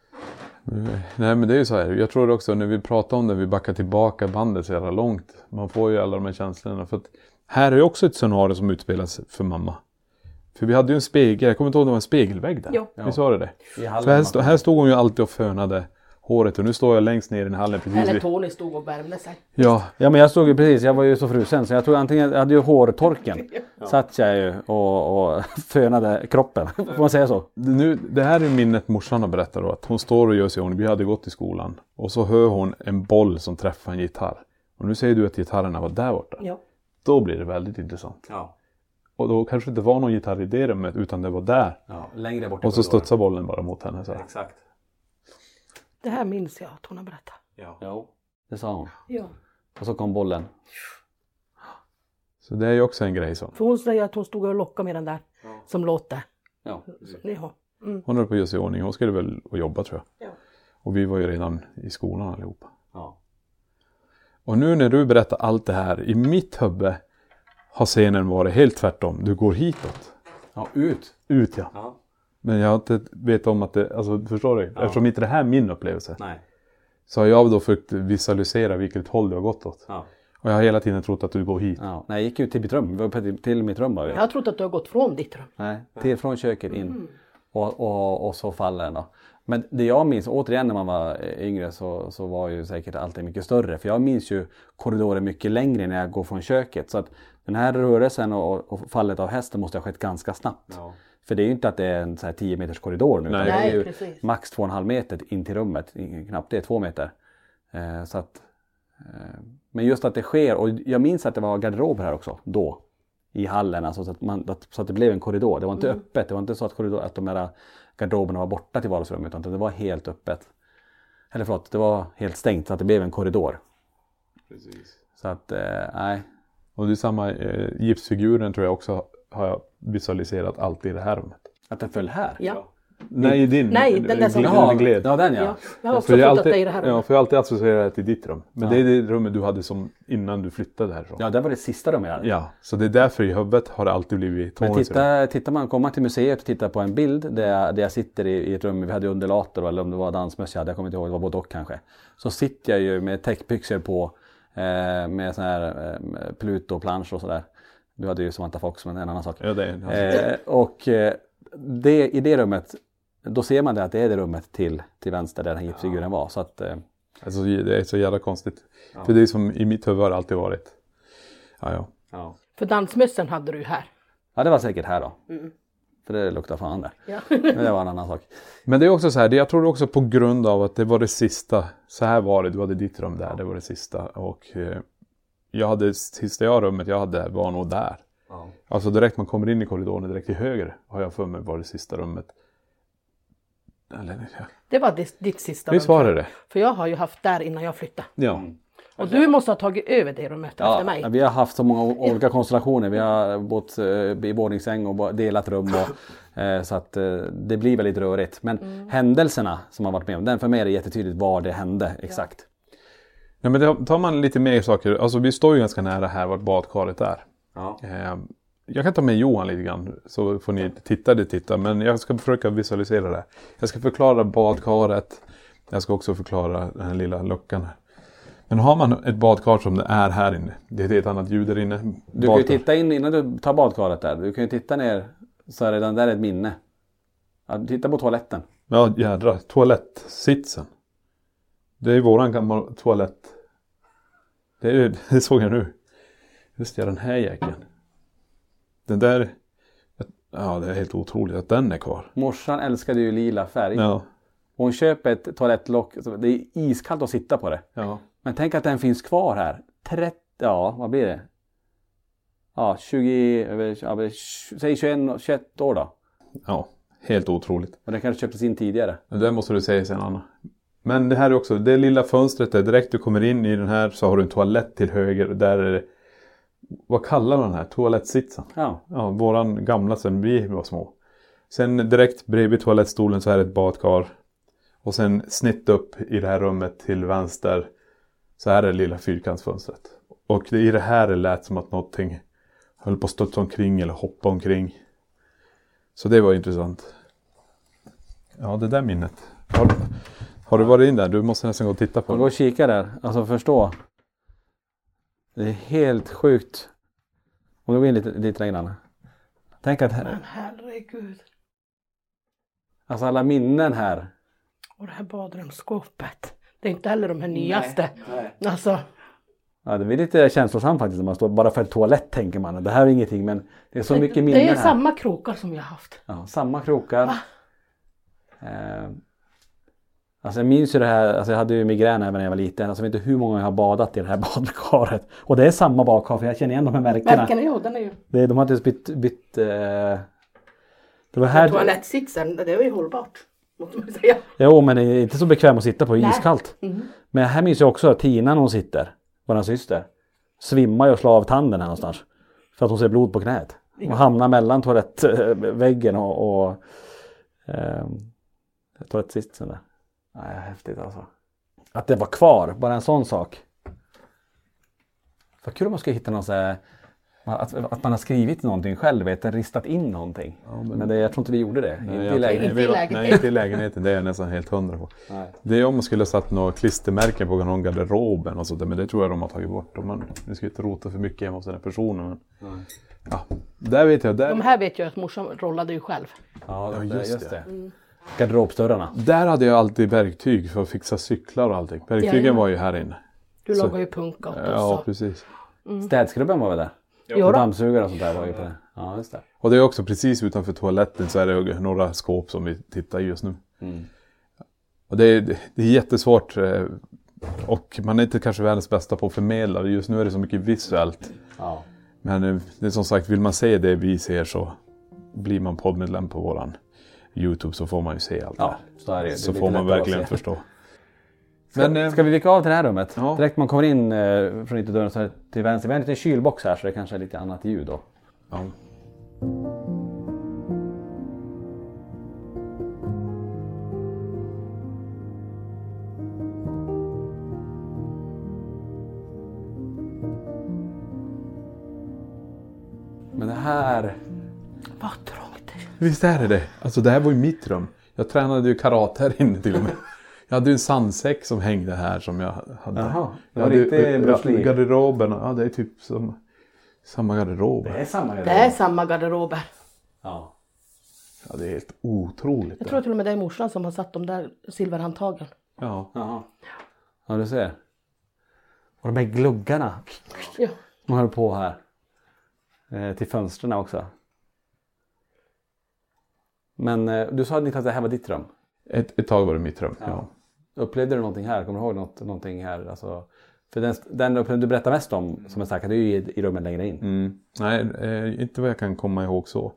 Nej, men det är ju så här. Jag tror också när vi pratar om det, vi backar tillbaka bandet så jävla långt. Man får ju alla de här känslorna. För att här är ju också ett scenario som utspelas för mamma. För vi hade ju en spegel. Jag kommer inte ihåg om det var en spegelvägg där. Jo. Visst var det? För här stod hon ju alltid och fönade. håret. Och nu står jag längst ner i den hallen precis Eller Tony stod och värmde sig. Ja, men jag stod ju precis, jag var ju så frusen så jag tror antingen, jag hade ju hårtorken. Satt jag ju och fönade kroppen, får man säga så? Det här är minnet morsan har berättat då, att hon står och gör sig ordning. Vi hade gått i skolan och så hör hon en boll som träffar en gitarr. Och nu säger du att gitarrerna var där borta. Ja. Då blir det väldigt intressant. Ja. Och då kanske det inte var någon gitarr i det rummet utan det var där. Ja, längre bort. Och så studsar bollen bara mot henne så här. Exakt. Det här minns jag att hon har berättat. Ja, det sa hon. Ja. Och så kom bollen. Så det är ju också en grej så. För hon säger att hon stod och lockade med den där som låter. Ja. Ja. Mm. Hon höll på att göra sig i ordning. Hon skulle väl och jobba tror jag. Ja. Och vi var ju redan i skolan allihopa. Ja. Och nu när du berättar allt det här, i mitt huvud har scenen varit helt tvärtom. Du går hitåt. Ja, ut. Ut ja. Men jag har inte vet om att det, alltså förstår du? Ja. Eftersom inte det här är min upplevelse. Nej. Så har jag då försökt visualisera vilket håll du har gått åt. Ja. Och jag har hela tiden trott att du går hit. Ja. Nej, jag gick ut till mitt rum. Vi var till mitt rum bara. Jag har trott att du har gått från ditt rum. Nej, från köket in. Och så faller den då. Men det jag minns, återigen när man var yngre så var ju säkert alltid mycket större. För jag minns ju korridoren mycket längre när jag går från köket. Så att den här rörelsen och fallet av hästen måste ha skett ganska snabbt. Ja. För det är ju inte att det är en så här 10 meters korridor nu. Nej, det är ju precis. Max 2,5 meter in till rummet. Knappt det är 2 meter. Så att, men just att det sker. Och jag minns att det var garderober här också då. I hallen. Alltså så att det blev en korridor. Det var inte öppet. Det var inte så att de här garderoberna var borta till vardagsrummet. Utan det var helt öppet. Eller förlåt, det var helt stängt så att det blev en korridor. Precis. Så att, nej. Och det är samma gipsfiguren tror jag också har jag visualiserat allt i det här rummet. Att den föll här? Ja. Nej, din. Nej, den där som gled. Ja, den ja. Ja. Jag har också flyttat dig i det här rummet. Ja, för jag har alltid associerat till ditt rum. Men det är det rummet du hade som innan du flyttade härifrån. Ja, det var det sista rummet jag hade. Ja, så det är därför i huvudet har det alltid blivit Men kommer man till museet och tittar på en bild där jag sitter i ett rum, vi hade underlater eller om det var dansmössa, jag kommer inte ihåg, det var både och kanske. Så sitter jag ju med täckbyxor på med sån här Pluto-plansch och sådär. Du hade ju Samantha Fox, men en annan sak. Ja, det är och i det rummet, då ser man det att det är det rummet till vänster där den här gipsfiguren var. Så att, alltså det är så jävla konstigt. Ja. För det är som i mitt huvud har det alltid varit. Ja. För dansmössen hade du här. Ja, det var säkert här då. För det luktar fan där. Ja. Men det var en annan sak. Men det är också så här, jag tror också på grund av att det var det sista. Så här var det, du hade ditt rum där, det var det sista. Och jag hade sista rummet jag hade var nog där. Ja. Alltså direkt man kommer in i korridoren direkt till höger har jag för mig var det sista rummet. Det var ditt sista rum. Visst var det? För jag har ju haft där innan jag flyttade. Ja. Och du måste ha tagit över det rummet efter mig. Ja, vi har haft så många olika konstellationer. Vi har bott i våningssäng och delat rum. Så att det blir väldigt rörigt. Men händelserna som har varit med om, den för mig är det jättetydligt var det hände exakt. Ja, men det, tar man lite mer saker. Alltså vi står ju ganska nära här vart badkaret är. Ja. Jag kan ta med Johan lite grann så får ni titta. Men jag ska försöka visualisera det. Jag ska förklara badkaret. Jag ska också förklara den här lilla luckan här. Men har man ett badkar som det är här inne. Det är ett annat ljud där inne. Du kan ju titta in innan du tar badkaret där. Du kan ju titta ner så är redan där ett minne. Ja, titta på toaletten. Ja jädrar, toalettsitsen. Det är våran gamla toalett. Det såg jag nu. Just det, den här jäkeln. Den där, ja det är helt otroligt att den är kvar. Morsan älskade ju lila färg. Ja. Hon köper ett toalettlock, det är iskallt att sitta på det. Ja. Men tänk att den finns kvar här. 30, ja vad blir det? Ja 20, säg 21 år då. Ja, helt otroligt. Och den kanske köptes in tidigare. Det måste du säga sen Anna. Men det här är också, det lilla fönstret där direkt du kommer in i den här så har du en toalett till höger. Där är det, vad kallar man den här? Toalettsitsen. Ja. Ja, våran gamla sen vi var små. Sen direkt bredvid toalettstolen så är det ett badkar. Och sen snitt upp i det här rummet till vänster så är det lilla fyrkantsfönstret. Och det, i det här är lät som att någonting höll på att studsa omkring eller hoppa omkring. Så det var intressant. Ja, det där minnet. Har du varit in där? Du måste nästan gå och titta på det. Gå och kika där. Alltså förstå. Det är helt sjukt. Om du går in lite längre. Tänk att... Men herregud. Alltså alla minnen här. Och det här badrumsskåpet. Det är inte heller de här nyaste. Nej. Alltså. Ja, det är lite känslosamt faktiskt när man står bara för en toalett tänker man. Det här är ingenting men det är så mycket minnen här. Det är samma krokar som vi har haft. Ja, samma krokar. Alltså jag minns ju det här, alltså jag hade ju migrän även när jag var liten. Alltså jag vet inte hur många jag har badat i det här badkaret. Och det är samma badkar för jag känner igen de här märkena. Märkena, ja, den är ju. De har inte bytt det var här. Toalettsitsen, det är ju hållbart. Måste man säga. Jo, men det är inte så bekvämt att sitta på, iskallt. Mm. Men här minns jag också att Tina när hon sitter, vår syster, svimmar ju och slår av tanden här någonstans. För att hon ser blod på knät. Och hamnar mellan toalettväggen och toalettsitsen där. Nej, häftigt alltså. Att det var kvar, bara en sån sak. Vad kul om man ska hitta någon så här, att man har skrivit någonting själv, ristat in någonting. Ja, men jag tror inte vi gjorde det. Nej, inte i lägenheten. Nej, inte i lägenheten. Det är jag nästan helt 100 på. Nej. Det är om man skulle ha satt några klistermärken på någon garderoben och sånt där, men det tror jag de har tagit bort. Vi ska inte rota för mycket hemma hos den här personen. Men, ja, där vet jag. De här vet jag att morsan rollade ju själv. Ja, just det. Mm. Garderobsdörrarna. Där hade jag alltid verktyg för att fixa cyklar och allting. Verktygen var ju här inne. Du lagar ju punka också. Ja, precis. Mm. Städskrubben var väl där? Ja. Dammsugare och sånt där var ju på det. Ja, just det. Och det är också precis utanför toaletten så är det några skåp som vi tittar i just nu. Mm. Och det är jättesvårt och man är inte kanske världens bästa på att förmedla. Just nu är det så mycket visuellt. Ja. Men det är som sagt, vill man se det vi ser så blir man poddmedlem på våran YouTube så får man ju se allt det. Ja, så är det. Så får man verkligen förstå. Ska vi vika av till det här rummet? Ja. Direkt man kommer in från ytterdörren så till vänster. Vi har en liten kylbox här så det kanske är lite annat ljud då. Ja. Men det här... Vad trångt. Visst är det. Alltså det här var ju mitt rum. Jag tränade ju karate här inne till och med. Jag hade ju en sandsäck som hängde här som jag hade. Jaha, det var riktigt garderoben. Ja, det är typ som samma garderob. Det är samma garderob. Det är samma garderober. Ja. Ja, det är helt otroligt. Jag tror till och med det är morsan som har satt de där silverhandtagen. Ja. Jaha. Ja, du ser. Och de här gluggarna. Ja. Man håller på här. Till fönstren också. Men du sa att det här var ditt rum? Ett tag var det mitt rum, ja. Upplevde du någonting här? Kommer du ihåg någonting här? Alltså, för den du berättar mest om, som jag sagt, det är ju i rummen längre in. Mm. Nej, inte vad jag kan komma ihåg så.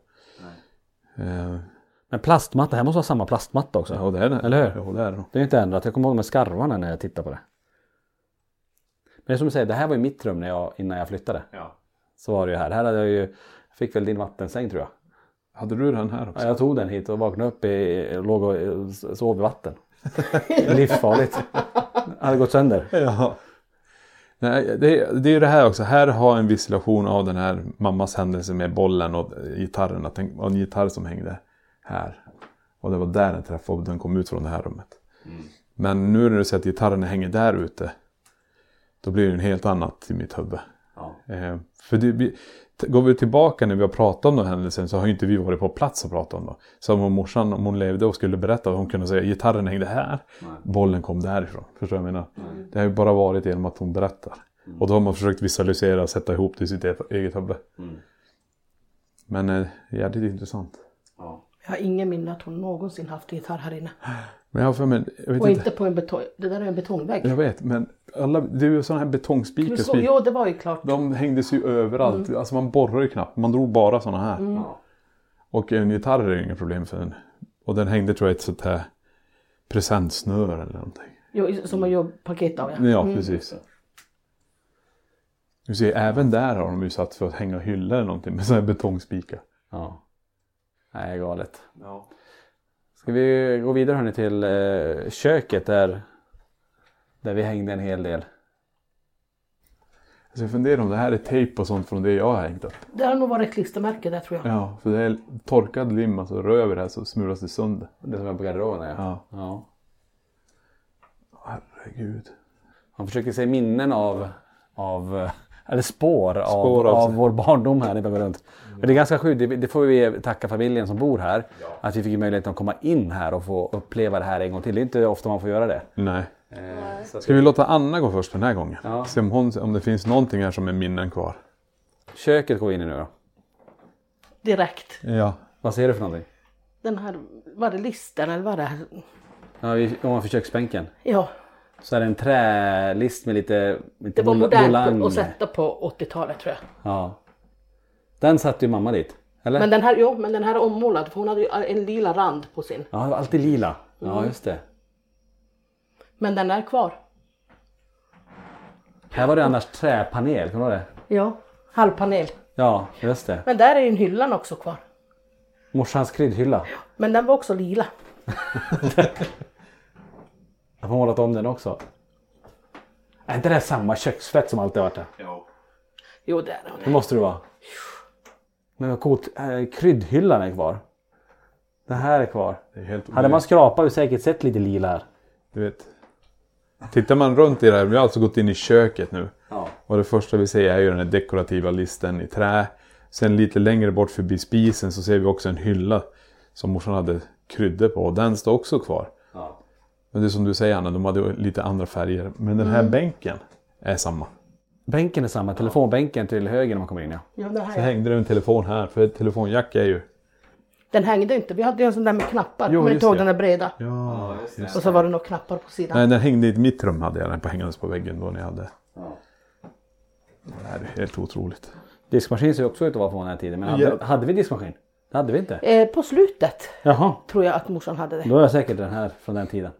Men plastmatta, här måste vara samma plastmatta också. Ja, det är det. Eller hur? Ja, det är det. Det är inte ändrat. Jag kommer ihåg med skarvarna när jag tittar på det. Men det är som du säger, det här var ju mitt rum innan jag flyttade. Ja. Så var det ju här. Här hade jag fick väl din vattensäng tror jag. Hade du den här också? Ja, jag tog den hit och vaknade upp låg och sov i vatten. Livsfarligt. Hade gått sönder. Ja. Nej, det är ju det här också. Här har en visualisation av den här mammas händelse med bollen och gitarren. Att det var en gitarr som hängde här. Och det var där den träffade och den kom ut från det här rummet. Mm. Men nu när du ser att gitarren hänger där ute. Då blir det en helt annat i mitt huvud. Ja. För går vi tillbaka när vi har pratat om den händelsen så har inte vi varit på plats och pratat om det. Så om morsan, om hon levde och skulle berätta, hon kunde säga gitarren hängde här, bollen kom därifrån. Förstår jag menar? Det har ju bara varit genom att hon berättar. Och då har man försökt visualisera och sätta ihop det i sitt eget huvud. Men det är jävligt intressant. Ja. Jag har ingen minne att hon någonsin haft gitarr här inne. Men jag vet och inte på en betong, det där är en betongvägg. Jag vet, men det är ju sådana här betongspikar. Jo, det var ju klart. De hängdes ju överallt. Alltså man borrar ju knappt. Man drog bara sådana här. Och en gitarr är ju inga problem för den. Och den hängde tror jag ett sånt här presentsnör eller någonting. Jo, som man gör paket av. Ja, precis. Du ser, även där har de ju satt för att hänga hyllor eller någonting med sådana här betongspikar. Ja. Nej, galet. Ja. Ska vi gå vidare hörni till köket där vi hängde en hel del. Alltså jag funderar om det här är tejp och sånt från det jag har hängt upp. Det har nog varit ett klistermärke där tror jag. Ja, för det är torkad lim, alltså röver här så smulas det sönder. Det som är på garderoben, ja. Herregud. Han försöker se minnen av eller spår av vår barndom här när vi går runt. Men det är ganska sjukt, det får vi tacka familjen som bor här. Att vi fick möjlighet att komma in här och få uppleva det här en gång till. Det är inte ofta man får göra det. Nej. Ska vi låta Anna gå först den här gången? Ja. Se om det finns någonting här som är minnen kvar. Köket går in i nu då. Direkt. Ja. Vad ser du för någonting? Den här, var det listen eller vad det här? Ja, ovanför köksbänken. Ja. Så är det en trälist med lite det var modernt att sätta på 80-talet tror jag. Ja. Den satte ju mamma dit, eller? Men den här är ommolad för hon hade ju en lila rand på sin. Ja, det var alltid lila. Ja, just det. Men den är kvar. Här var det annars träpanel, kan du det? Ja, halvpanel. Ja, just det. Men där är ju en hyllan också kvar. Morsans kryddhylla. Men den var också lila. Jag har målat om den också. Är inte det samma köksfett som alltid har varit där? Jo, det är det. Det måste det vara. Men vad coolt. Kryddhyllan är kvar. Det här är kvar. Det är helt hade man skrapat vi säkert sett lite lila här. Du vet. Tittar man runt i det här, vi har alltså gått in i köket nu. Ja. Och det första vi ser är ju den här dekorativa listen i trä. Sen lite längre bort förbi spisen så ser vi också en hylla som morsan hade kryddor på. Och den står också kvar. Ja. Men det är som du säger Anna, de hade lite andra färger. Men den här bänken är samma. Bänken är samma, telefonbänken till höger när man kommer in. Ja, det här så hängde det en telefon här, för ett telefonjack är ju... Den hängde inte, vi hade ju en sån där med knappar. Jo, men tog den där breda. Ja, just det. Och så var det nog knappar på sidan. Nej, den hängde i mitt rum hade jag den på hängandes på väggen då när jag hade... Ja. Det här är helt otroligt. Diskmaskin ser också ut att vara från den här tiden. Men hade vi diskmaskin? Det hade vi inte. På slutet. Jaha. Tror jag att morsan hade det. Då är jag säkert den här från den tiden.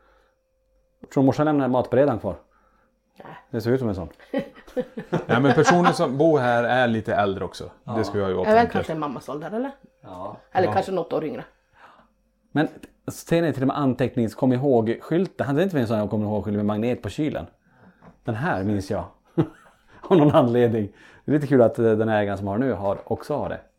Jag tror morsan lämnar matberedaren kvar. Nej. Det ser ut som en sån. Ja, men personer som bor här är lite äldre också. Ja. Det ska jag ju vara. Även kanske en mammas ålder eller? Ja. Eller kanske något år yngre. Men ser ni till och med antecknings kom ihåg-skylten. Hade det inte en sån här kom ihåg-skylt med magnet på kylen? Den här minns jag. Av någon anledning. Det är lite kul att den ägaren som har nu också har det.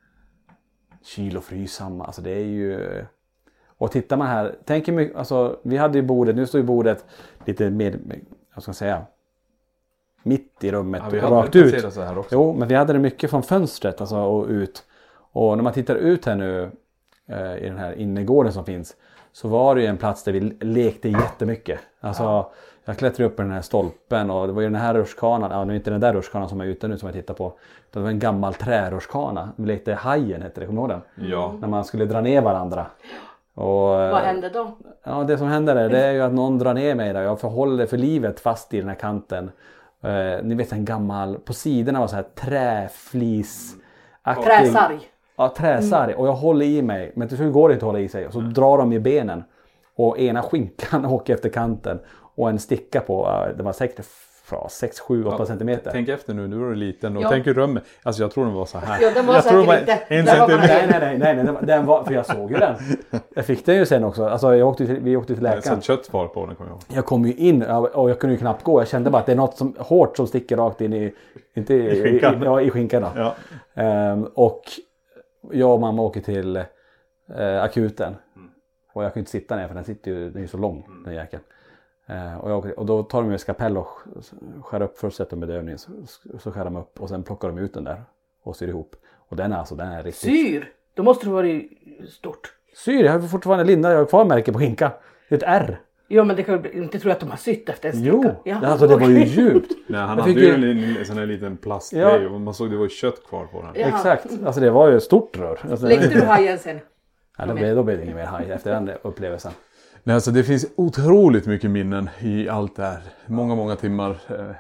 Kyl och frys samma. Alltså det är ju... Och tittar man här. Tänker mycket, alltså vi hade ju bordet. Nu står ju bordet lite mer... Jag ska säga... Mitt i rummet. Ja, rakt ut. Så här också. Jo, men vi hade det mycket från fönstret. Alltså, och ut. Och när man tittar ut här nu. I den här innergården som finns. Så var det ju en plats där vi lekte jättemycket. Alltså... Jag klättrade upp på den här stolpen och det var ju den här rutschkanan. Ja, nu är inte den där rutschkanan som är ute nu som jag tittar på. Det var en gammal trärutschkana. Vi lekte hajen hette det, kommer du ihåg den? Ja. När man skulle dra ner varandra. Och, vad hände då? Ja, det som händer det är ju att någon drar ner mig där. Jag förhåller för livet fast i den här kanten. Ni vet en gammal, på sidorna var så här träflis. Träsarg. Ja, träsarg. Och jag håller i mig. Men till slut går det inte att hålla i sig. Och så drar de i benen. Och ena skinkan åker efter kanten. Och en sticka på, det var säkert 6, 7, 8 centimeter. Tänk efter nu var du liten och tänk hur rummet, alltså jag tror den var så här. Ja, den var säkert inte. En centimeter. Nej, den var, för jag såg ju den. Jag fick den ju sen också, alltså vi åkte till läkaren. Jag satt kött kvar på den, kommer jag ihåg. Jag kom ju in och jag kunde ju knappt gå, jag kände bara att det är något som hårt som sticker rakt in i skinkan. Ja. Och jag och mamma åker till akuten. Och jag kan inte sitta ner för den är ju så lång, den jäkeln. Och då tar de ju skapell och skär upp först, sätter bedövning så skär de upp och sen plockar de ut den där och syr ihop. Och den är riktigt... Syr? Då måste det vara stort. Syr? Jag har fortfarande linda, jag har kvar märke på skinka. Det är ett R. Ja, men det kan inte tro att de har sytt efter en sticka. Jo, alltså det var ju djupt. Nej, han hade ju en sån här liten plastgrej och man såg det var kött kvar på den. Ja. Exakt, alltså det var ju ett stort rör. Alltså, läckte du hajen sen? Ja, då blev det ingen mer haj efter den upplevelsen. Nej, alltså det finns otroligt mycket minnen i allt det här. Många timmar,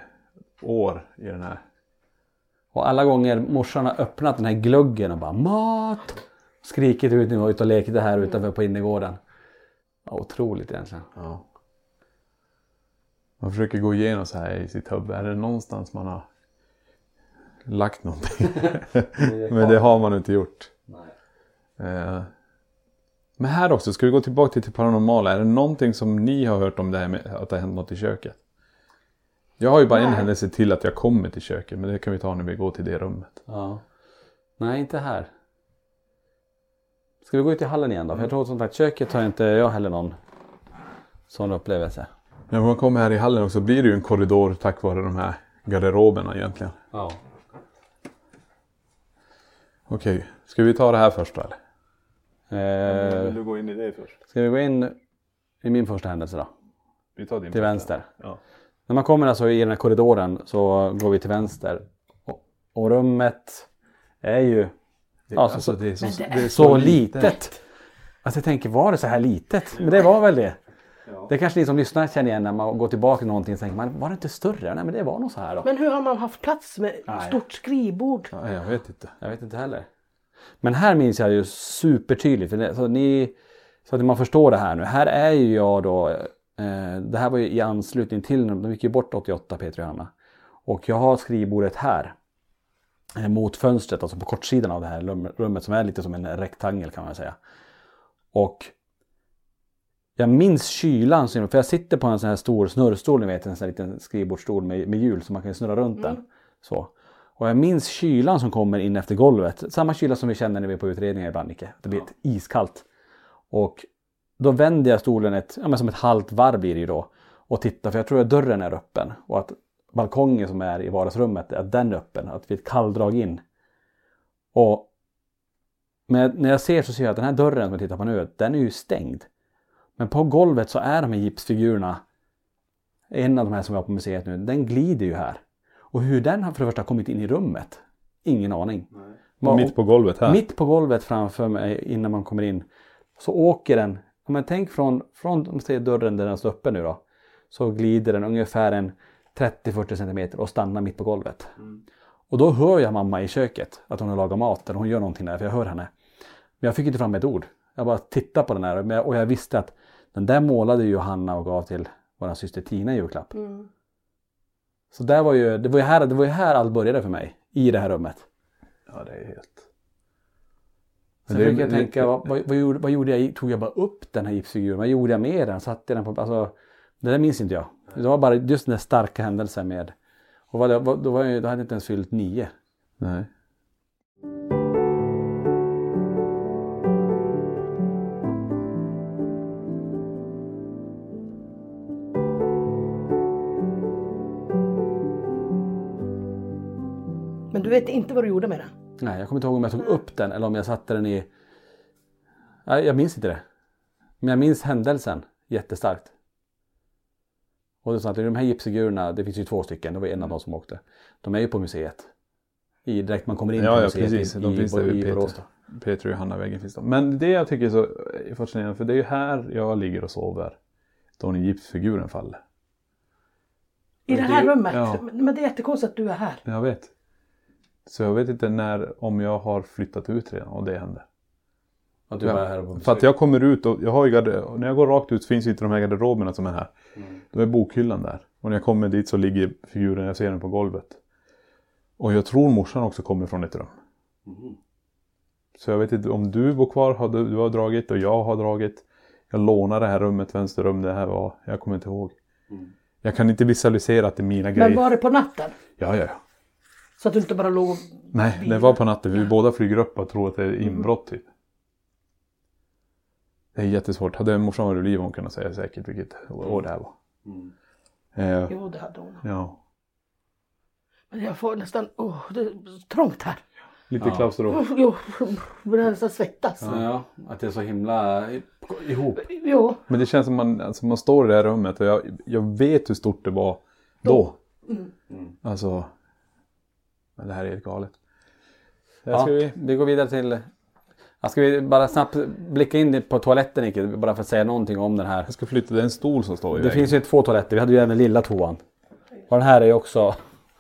år i den här. Och alla gånger morsan har öppnat den här gluggen och bara mat. Skrikit ut nu och lekt det här utanför på innergården. Ja, otroligt egentligen. Ja. Man försöker gå igenom så här i sitt huvud. Är det någonstans man har lagt någonting? Men det har man inte gjort. Nej. Men här också, ska vi gå tillbaka till paranormala. Är det någonting som ni har hört om det här med att det har hänt något i köket? Jag har ju bara en händelse till att jag kommer till köket. Men det kan vi ta när vi går till det rummet. Ja. Nej, inte här. Ska vi gå ut i hallen igen då? För jag tror som sagt, köket har inte jag heller någon sån upplevelse. När man kommer här i hallen också blir det ju en korridor tack vare de här garderoberna egentligen. Ja. Okej, ska vi ta det här först då, eller? Vill du gå in i det först? Ska vi gå in i min första händelse då? Vi tar din till första. vänster. Ja. När man kommer alltså i den här korridoren så går vi till vänster. Och rummet är ju Det, alltså, alltså, det är så litet. Alltså jag tänker, var det så här litet? Men det var väl det. Ja. Det kanske ni som lyssnar känner igen när man går tillbaka till någonting och tänker man, var det inte större? Nej men det var nog så här då. Men hur har man haft plats med stort skrivbord? Ja, jag vet inte. Jag vet inte heller. Men här minns jag ju supertydligt. För det, så att man förstår det här nu. Här är ju jag då. Det här var ju i anslutning till. De gick ju bort 88 Peter och Johanna. Och jag har skrivbordet här. Mot fönstret. Alltså på kortsidan av det här rummet. Som är lite som en rektangel kan man säga. Och jag minns kylan. För jag sitter på en sån här stor snurrstol. Ni vet en sån här liten skrivbordsstol med hjul. Så man kan snurra runt den. Så. Och jag minns kylan som kommer in efter golvet. Samma kyla som vi känner när vi är på utredningar i Brandike. Det blir ett iskallt. Och då vänder jag stolen som ett halvt varv blir det ju då. Och tittar, för jag tror att dörren är öppen. Och att balkongen som är i vardagsrummet, att den är öppen. Att vi är ett kalldrag in. Och när jag ser så ser jag att den här dörren som jag tittar på nu, den är ju stängd. Men på golvet så är de här gipsfigurerna. En av de här som vi har på museet nu, den glider ju här. Och hur den har för det första kommit in i rummet. Ingen aning. Mitt på golvet här. Mitt på golvet framför mig innan man kommer in. Så åker den. Om man tänker från om man ser dörren där den står öppen nu då. Så glider den ungefär en 30-40 cm och stannar mitt på golvet. Och då hör jag mamma i köket. Att hon har lagat mat. Eller hon gör någonting där. För jag hör henne. Men jag fick inte fram ett ord. Jag bara tittade på den här. Och jag visste att den där målade ju Hanna och gav till vår syster Tina i julklapp. Så det var ju här allt började för mig. I det här rummet. Ja, det är helt... Sen fick jag tänka, vad gjorde jag? Tog jag bara upp den här gipsfiguren? Vad gjorde jag med den? Satte den på... Alltså, det där minns inte jag. Det var bara just den där starka händelsen med... Och då hade jag inte ens fyllt 9. Nej. Men du vet inte vad du gjorde med den? Nej, jag kommer inte ihåg om jag tog upp den eller om jag satte den i... Nej, jag minns inte det. Men jag minns händelsen jättestarkt. Och det är så att de här gipsfigurerna, det finns ju 2 stycken, det var en av dem som åkte. De är ju på museet. Direkt man kommer in på museet. Precis. De finns där vid Peter och Johanna-väggen finns de. Men det jag tycker är så fascinerande, för det är ju här jag ligger och sover. Då gipsfiguren faller. I det här rummet? Ja. Men det är jättekonstigt att du är här. Jag vet. Så jag vet inte om jag har flyttat ut redan och det händer. Att du bara är här på för att jag kommer ut och jag har ju när jag går rakt ut finns inte de här garderoberna som är här. Då är bokhyllan där. Och när jag kommer dit så ligger figuren, jag ser den på golvet. Och jag tror morsan också kommer från ett rum. Så jag vet inte om du bor kvar, du har dragit och jag har dragit. Jag lånar det här rummet, vänsterrum det här var. Jag kommer inte ihåg. Jag kan inte visualisera att det är mina grejer. Men var det på natten? Ja. Så att du inte bara låg och... Nej, det var på natten. Vi båda flyger upp och tror att det är inbrott typ. Det är jättesvårt. Hade morsan varit i liv hon kunde säga säkert vilket år det här var. Jo, det hade hon. Ja. Men jag får nästan... det är trångt här. Lite klaustrofobi. Jo, jag börjar nästan svettas. Ja, att det är så himla ihop. Jo. Men det känns som man står i det här rummet och jag vet hur stort det var då. Alltså... Men det här är helt galet. Vi går vidare till... Ska vi bara snabbt blicka in på toaletten, Nicke, bara för att säga någonting om den här. Jag ska flytta, det är en stol som står i Det vägen. finns ju 2 toaletter, vi hade ju även lilla toan. Och den här är ju också...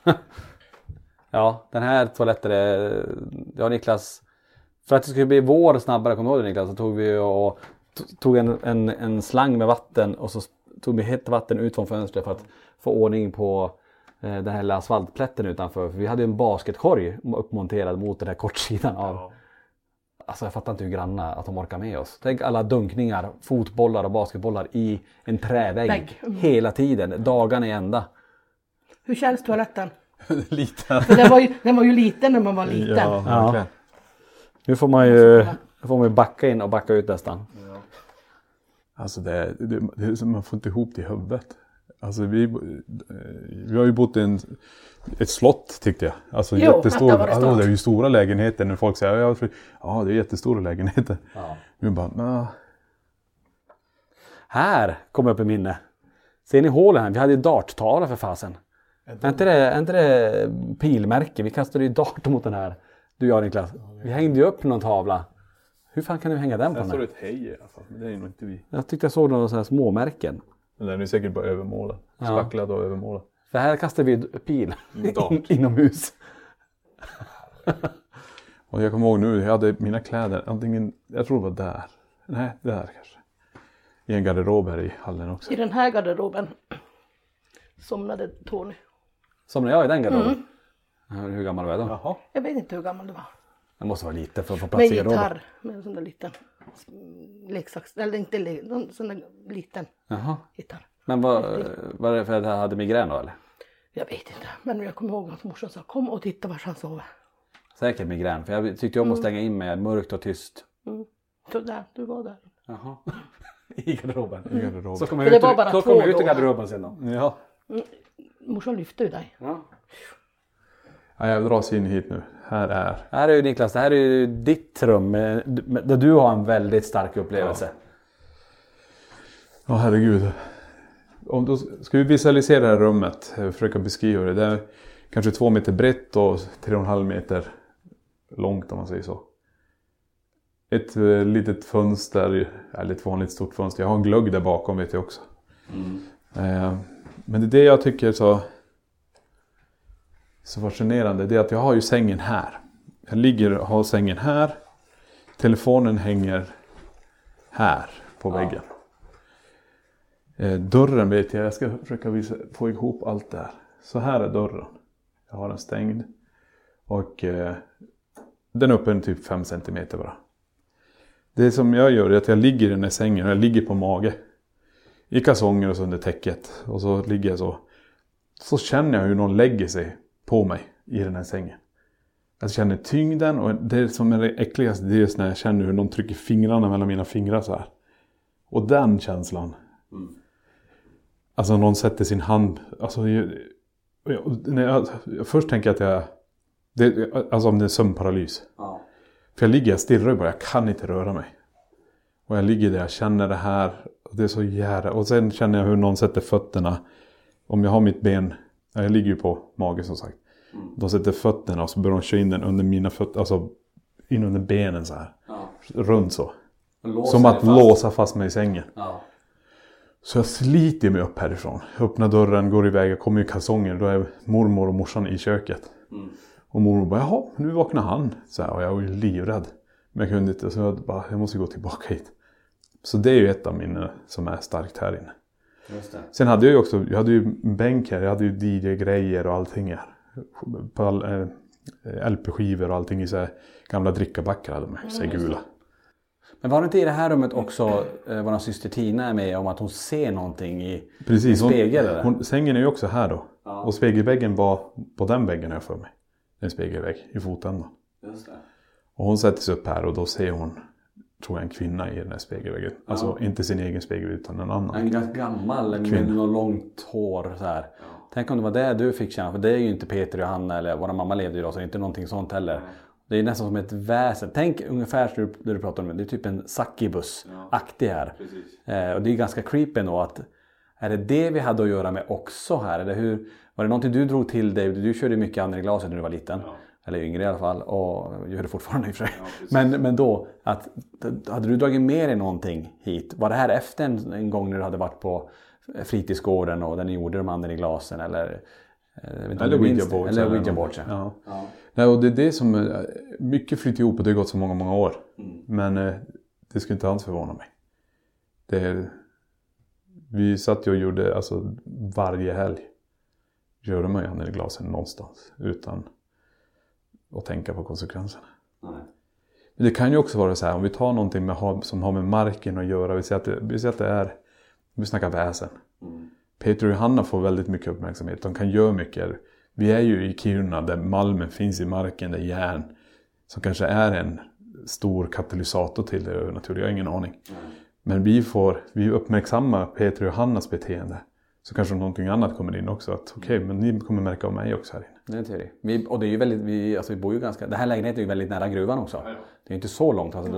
Ja, den här toaletten är... Ja, Niklas... För att det skulle bli vår snabbare, kommer du ihåg det, Niklas? Så tog vi och tog en slang med vatten och så tog vi hett vatten ut från fönstret för att få ordning på... den här lilla asfaltplätten utanför. För vi hade ju en basketkorg uppmonterad mot den här kortsidan av... Alltså jag fattar inte hur granna att de orkar med oss. Tänk alla dunkningar, fotbollar och basketbollar i en trävägg. Hela tiden, dagarna i ända. Hur känns toaletten? Liten. För den var ju liten när man var liten. Ja, verkligen. Nu får man ju backa in och backa ut nästan. Alltså man får inte ihop det i huvudet. Alltså vi har ju bott i ett slott tyckte jag. Alltså Jo, jättestor. alltså, det är ju stora lägenheter när folk säger ja, det är jättestora lägenheter. Ja. Vi bara, Här kommer upp i minne. Ser ni hålen här? Vi hade ju darttavla för fasen. Är inte det pilmärke? Vi kastade ju dart mot den här. Du och jag, Niklas. Vi hängde ju upp någon tavla. Hur fan kan du hänga den på den? Jag står ett hej i alla fall, men det är nog inte vi. Jag tyckte jag såg några sådana här småmärken. Men den är säkert bara övermålad. Spacklad och övermålad. För här kastade vi pil inomhus. Och jag kommer ihåg nu, jag hade mina kläder, antingen, jag tror det var där. Nej, där kanske. I en garderob här i hallen också. I den här garderoben somnade Tony. Somnade jag i den garderoben? Hur gammal var jag då? Jaha. Jag vet inte hur gammal du var. Det måste vara lite för att få Med plats i garderoben. gitarr, med en sån där liten leksaks, eller inte någon sån där liten gitarr. Men var det för att jag hade migrän då eller? Jag vet inte, men jag kommer ihåg att morsan sa kom och titta var han sover. Säkert migrän, för jag tyckte om att stänga in mig mörkt och tyst. Så där, du var där. Jaha. I garderoben. Så För det var bara så två kom jag ut ur då. garderoben sen då. Ja. Morsan lyfte ju dig. Ja. Ja, jag dras in hit nu. Här är ju Niklas, det här är ju ditt rum där du har en väldigt stark upplevelse. Ja, herregud. Om då ska vi visualisera det här rummet, försöka beskriva det. Det är kanske 2 meter brett och 3,5 meter långt om man säger så. Ett litet fönster, eller ett vanligt stort fönster. Jag har en glögg där bakom vet jag också. Men det är det jag tycker så fascinerande. Det är att jag har ju sängen här. Jag ligger och har sängen här. Telefonen hänger här på väggen. Dörren vet jag ska försöka få ihop allt det här. Så här är dörren. Jag har den stängd. Och den är öppen typ 5 centimeter bara. Det som jag gör är att jag ligger i den här sängen och jag ligger på mage. I kalsonger och så under täcket. Och så ligger jag så. Så känner jag hur någon lägger sig på mig i den här sängen. Jag känner tyngden och det som är det äckligaste det är just när jag känner hur någon trycker fingrarna mellan mina fingrar så här. Och den känslan. Alltså någon sätter sin hand. Alltså först tänker jag att alltså om det är sömnparalys. Ja. För jag stirrar bara, jag kan inte röra mig. Och jag ligger där, jag känner det här. Och det är så jävla. Och sen känner jag hur någon sätter fötterna. Om jag har mitt ben. Jag ligger ju på mage som sagt. De sätter fötterna och så börjar de köra in den under mina fötter. Alltså in under benen så här. Ja. Runt så. Som att låsa fast mig i sängen. Ja. Så jag sliter mig upp härifrån. Jag öppnar dörren, går iväg. Jag kommer i kalsonger. Då är mormor och morsan i köket. Och mormor bara, jaha, nu vaknar han. Så här, och jag var ju livrädd. Men jag kunde inte. Så jag måste gå tillbaka hit. Så det är ju ett av mina som är starkt här inne. Just det. Sen hade jag ju också, jag hade ju en bänk här. Jag hade ju DJ-grejer och allting här. På LP-skivor och allting i så här gamla drickabackar hade med. Så gula. Men var det inte i det här rummet också vår syster Tina är med om att hon ser någonting i precis, en spegel? Eller? Sängen är ju också här då. Ja. Och spegelväggen var på den väggen jag för mig. En spegelvägg i fotändan. Just det. Och hon sätter sig upp här och då ser hon, tror jag, en kvinna i den här spegelväggen. Ja. Alltså inte sin egen spegelvägg utan en annan. En ganska gammal med något långt hår så här. Ja. Tänk om det var det du fick känna. För det är ju inte Peter och Johanna eller våra mamma levde ju då. Så det är inte någonting sånt heller. Ja. Det är nästan som ett väsen. Tänk ungefär när du pratar om det. Det är typ en succubus-aktig här. Och det är ganska creepy då att är det vi hade att göra med också här? Eller hur, var det någonting du drog till dig? Du körde mycket andra glaset när du var liten. Ja. Eller yngre i alla fall. Och gör det fortfarande i och för sig. Ja, men då, att, hade du dragit med dig någonting hit? Var det här efter en gång när du hade varit på fritidsgården och där ni gjorde de andra i glasen? Eller Ouija board. Ja. Ja. Nej, och det är det som mycket flyttar ihop och det har gått så många år. Men det skulle inte alls förvåna mig. Vi satt ju och gjorde alltså varje helg. Gjorde man ju han i glasen någonstans utan att tänka på konsekvenserna. Nej. Men det kan ju också vara så här om vi tar någonting som har med marken att göra. Vi säger att det är, vi snackar väsen. Peter och Johanna får väldigt mycket uppmärksamhet. De kan göra mycket. Vi är ju i Kiruna där malmen finns i marken, där järn som kanske är en stor katalysator till det naturligt. Jag har ingen aning. Men vi uppmärksammar Peter och Johannas beteende. Så kanske någonting annat kommer in också. Att okej, men ni kommer märka av mig också här inne. Det är en teori. Och det är ju väldigt, vi bor ju ganska, det här lägenheten är ju väldigt nära gruvan också. Ja. Det är inte så långt. Alltså,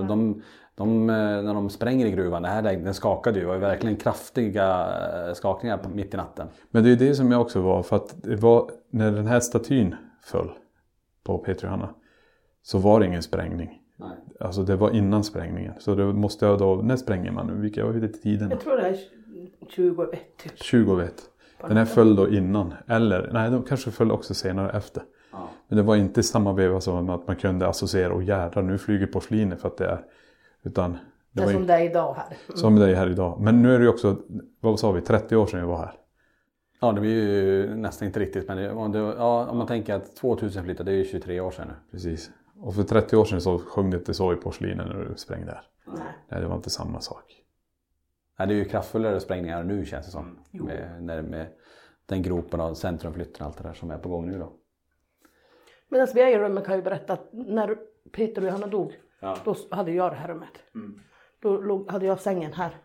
när de spränger i gruvan, det här lägenheten skakade ju. Det var verkligen kraftiga skakningar mitt i natten. Men det är det som jag också var. För att det var, när den här statyn föll på Peter och Hanna, så var det ingen sprängning. Nej. Alltså det var innan sprängningen. Så det måste jag då, när spränger man nu? Vilka var det tiden? Jag tror det är 20 typ. 20. Den här föll då innan. Eller, nej, de kanske föll också senare efter. Ja. Men det var inte samma veva som att man kunde associera och jädra, nu flyger porslinet för att det är. Utan det är som det är idag här. Som det är här idag. Men nu är det ju också, vad sa vi, 30 år sedan jag var här. Ja, det blir ju nästan inte riktigt. Men om man tänker att 2000 flyttade, det är ju 23 år sedan nu. Precis. Och för 30 år sedan så sjöng det inte så i porslinen när du sprängde där. Nej, det var inte samma sak. Nej, det är ju kraftfullare sprängningar nu känns det som. Med den gropen och centrumflytten och allt det där som är på gång nu då. Medan vi är i rummet kan jag ju berätta att när Peter och Johanna dog, då hade jag det här rummet. Då hade jag sängen här.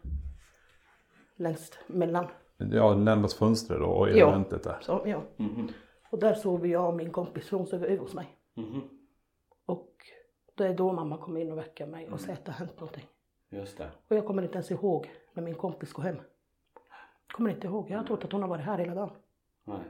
Längst mellan. Ja, närmast fönstret då och elementet där. Så, ja. Och där sov jag och min kompis, hon sov över hos mig. Och det är då mamma kom in och väcker mig och säger att det har hänt någonting. Just det. Och jag kommer inte ens ihåg när min kompis går hem. Kommer inte ihåg, jag har trott att hon har varit här hela dagen. Nej.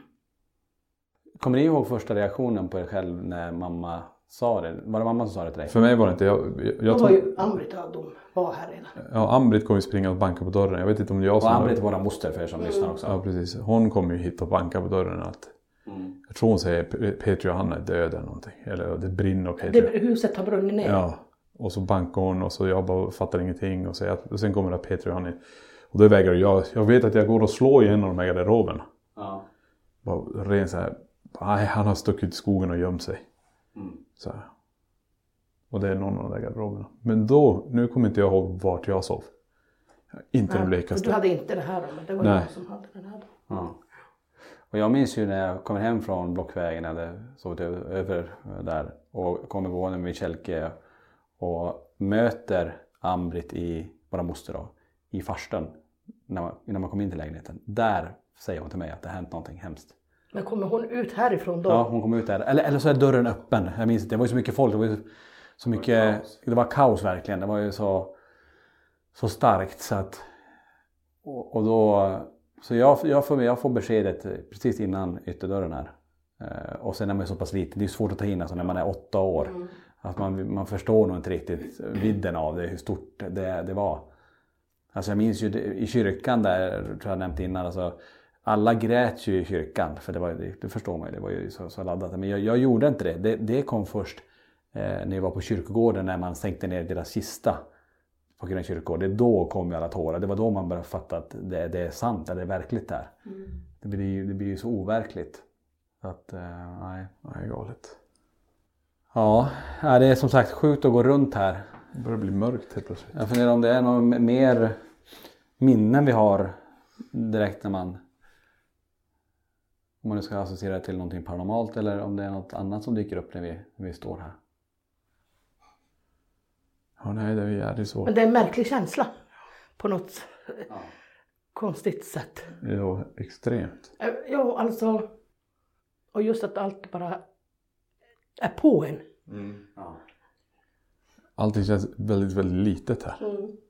Kommer ni ihåg första reaktionen på er själv när mamma sa det? Var det mamma som sa det till dig? För mig var det inte. Jag var ju Ambrit och de var här redan. Ja, Ambrit kom ju springa och banka på dörren. Jag vet inte om det är jag som... Och Ambrit var våra moster för er som lyssnar också. Ja, precis. Hon kom ju hit och banka på dörren och allt. Jag tror hon säger Peter och Johanna är döda eller någonting. Eller det brinner och Peter. Huset har brunnit ner. Ja. Och så bankar hon och så jag bara fattar ingenting. Och, säger att, och sen kommer det Peter och Johanna. Och då vägrar jag vet att jag går och slår igen de här garderoberna. Ja. Bara ren så här. Nej, han har stuckit i skogen och gömt sig. Så här. Och det är någon av de där garderoberna. Men då, nu kommer inte jag ihåg vart jag sov. Inte den blekaste. Du hade inte det här då, men det var jag som hade den här då. Ja. Och jag minns ju när jag kommer hem från Blockvägen, eller sovit över där. Och kommer gående med Kjellke och möter Ambrit i våra moster då. I farstun. Innan man kom in till lägenheten. Där säger hon till mig att det har hänt någonting hemskt. Men kommer hon ut härifrån då? Ja, hon kom ut där. Eller så är dörren öppen. Jag minns inte, det var ju så mycket folk. Det var ju så mycket, det var kaos verkligen. Det var ju så starkt så att... Och då... Så jag får beskedet precis innan ytterdörren här. Och sen när man är så pass liten, det är svårt att ta in alltså när man är 8 år. Att man förstår nog inte riktigt vidden av det, hur stort det var. Alltså jag minns ju i kyrkan där, tror jag nämnt innan, alltså alla grät ju i kyrkan. För det förstår man ju, det var ju så laddat. Men jag gjorde inte det. Det kom först när jag var på kyrkogården när man sänkte ner deras kista på Grön kyrkogård. Det då kom ju alla tårar. Det var då man började fatta att det är sant, att det är verkligt där. Det blir ju så overkligt. Att, nej, det är galet. Ja, det är som sagt sjukt att gå runt här. Det börjar bli mörkt helt plötsligt. Jag funderar om det är någon mer minnen vi har direkt när man... Om man nu ska associera till någonting paranormalt eller om det är något annat som dyker upp när vi står här. Ja, nej, det är svårt. Men det är en märklig känsla på något konstigt sätt. Ja, extremt. Ja, alltså... Och just att allt bara är på en. Ja. Allting känns väldigt, väldigt litet här.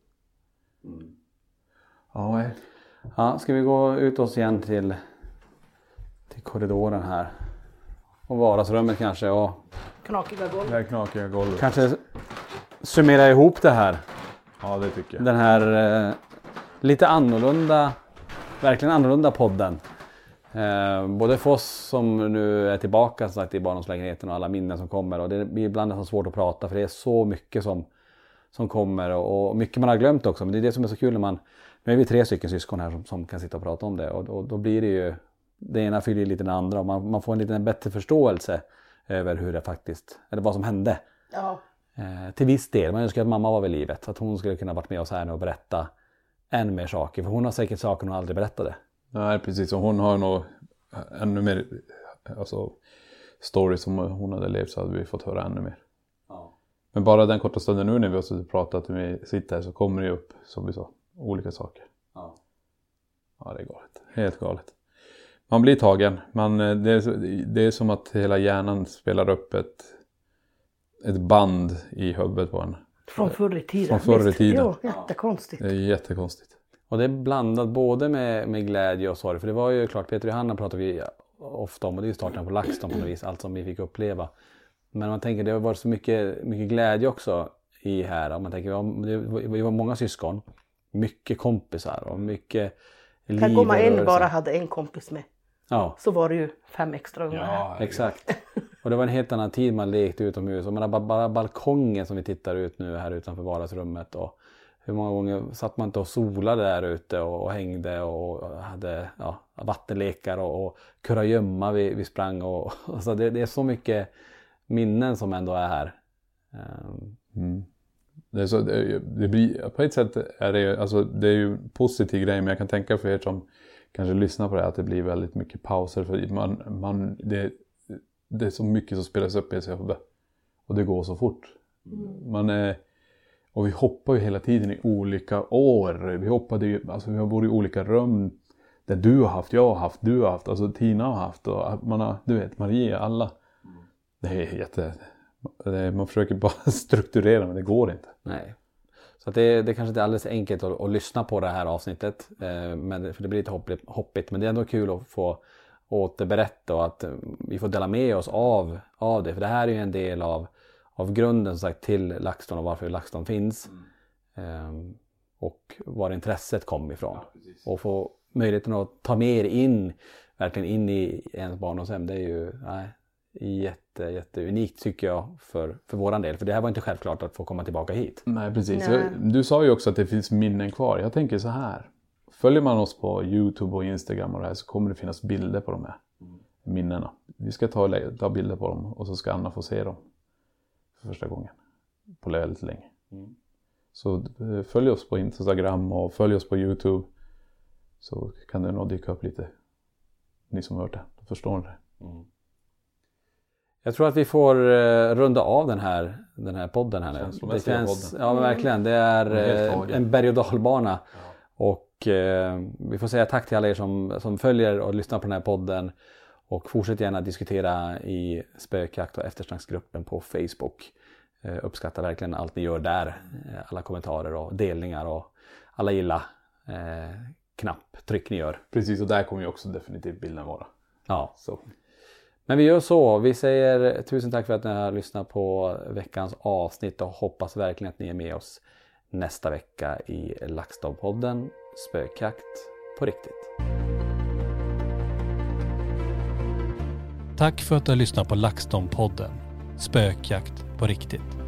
Ja, ska vi gå ut oss igen till korridoren här. Och vardagsrummet kanske. Och knakiga golv. Det här knakiga golvet. Kanske summera ihop det här. Ja, det tycker jag. Den här lite annorlunda, verkligen annorlunda podden. Både för oss som nu är tillbaka så sagt, i barndomslägenheten och alla minnen som kommer. Och det blir ibland så svårt att prata för det är så mycket som kommer. Och mycket man har glömt också. Men det är det som är så kul när man... Nu är vi 3 stycken syskon här som kan sitta och prata om det. Och då blir det ju... Det ena fyller lite den andra och man får en lite bättre förståelse över hur det faktiskt, eller vad som hände. Ja. Till viss del, man önskar att mamma var vid livet. Att hon skulle kunna varit med oss här nu och berätta än mer saker. För hon har säkert saker hon aldrig berättade. Nej, precis. Och hon har nog ännu mer stories som hon hade levt så hade vi fått höra ännu mer. Ja. Men bara den korta stunden nu när vi har pratat och vi sitter här så kommer det upp, som vi sa, olika saker. Ja. Ja, det är galet. Helt galet. Man blir tagen. Det är som att hela hjärnan spelar upp ett band i huvudet på en. Från förr i tiden. Jo, jättekonstigt. Det är jättekonstigt. Och det är blandat både med glädje och sorg. För det var ju klart, Peter och Johanna pratar vi ofta om. Och det är ju starten på LaxTon på något vis. Allt som vi fick uppleva. Men man tänker, det har varit så mycket glädje också i här. Om man tänker, vi var många syskon. Mycket kompisar och mycket liv. Tänk om man bara hade en kompis med. Ja. Så var det ju 5 extra ungar. Ja, exakt. Och det var en helt annan tid man lekte utomhus. Och man har bara balkongen som vi tittar ut nu här utanför vardagsrummet. Och hur många gånger satt man inte och solade där ute och hängde och hade vattenlekar och kurragömma vi sprang. Och så det är så mycket minnen som ändå är här. Det är så, det blir, på ett sätt är det, alltså, det är ju en positiv grej, men jag kan tänka för er som kanske lyssnar på det att det blir väldigt mycket pauser för det är så mycket som spelas upp i sig och det går så fort. Och vi hoppar ju hela tiden i olika år. Vi har varit i olika rum där du har haft, jag har haft, du har haft, alltså Tina har haft och man har, du vet, Maria, alla. Det är man försöker bara strukturera, men det går inte. Nej. Så att det kanske inte är alldeles enkelt att lyssna på det här avsnittet. För det blir lite hoppigt. Men det är ändå kul att få återberätta och att vi får dela med oss av det. För det här är ju en del av grunden som sagt till LaxTon och varför LaxTon finns. Och var intresset kom ifrån. Ja, och få möjligheten att ta med er verkligen in i ens barndomshem. Det är ju jätteunikt tycker jag för våran del. För det här var inte självklart att få komma tillbaka hit. Nej, precis. Du sa ju också att det finns minnen kvar. Jag tänker så här. Följer man oss på YouTube och Instagram och det här så kommer det finnas bilder på de här minnena. Vi ska ta bilder på dem och så ska Anna få se dem för första gången på väldigt länge. Så följ oss på Instagram och följ oss på YouTube så kan det nog dyka upp lite. Ni som hört det, då förstår ni det. Jag tror att vi får runda av den här podden här nu. Det känns, ja men verkligen, det är en berg- och dalbana. Ja. Och vi får säga tack till alla er som följer och lyssnar på den här podden. Och fortsätt gärna diskutera i spökjakt- och eftersnacksgruppen på Facebook. Uppskattar verkligen allt ni gör där. Alla kommentarer och delningar och alla gilla knapptryck ni gör. Precis, och där kommer ju också definitivt bilden vara. Ja. Så. Men vi gör så. Vi säger tusen tack för att ni har lyssnat på veckans avsnitt och hoppas verkligen att ni är med oss nästa vecka i LaxTon-podden Spökjakt på riktigt. Tack för att du har lyssnat på LaxTon-podden Spökjakt på riktigt.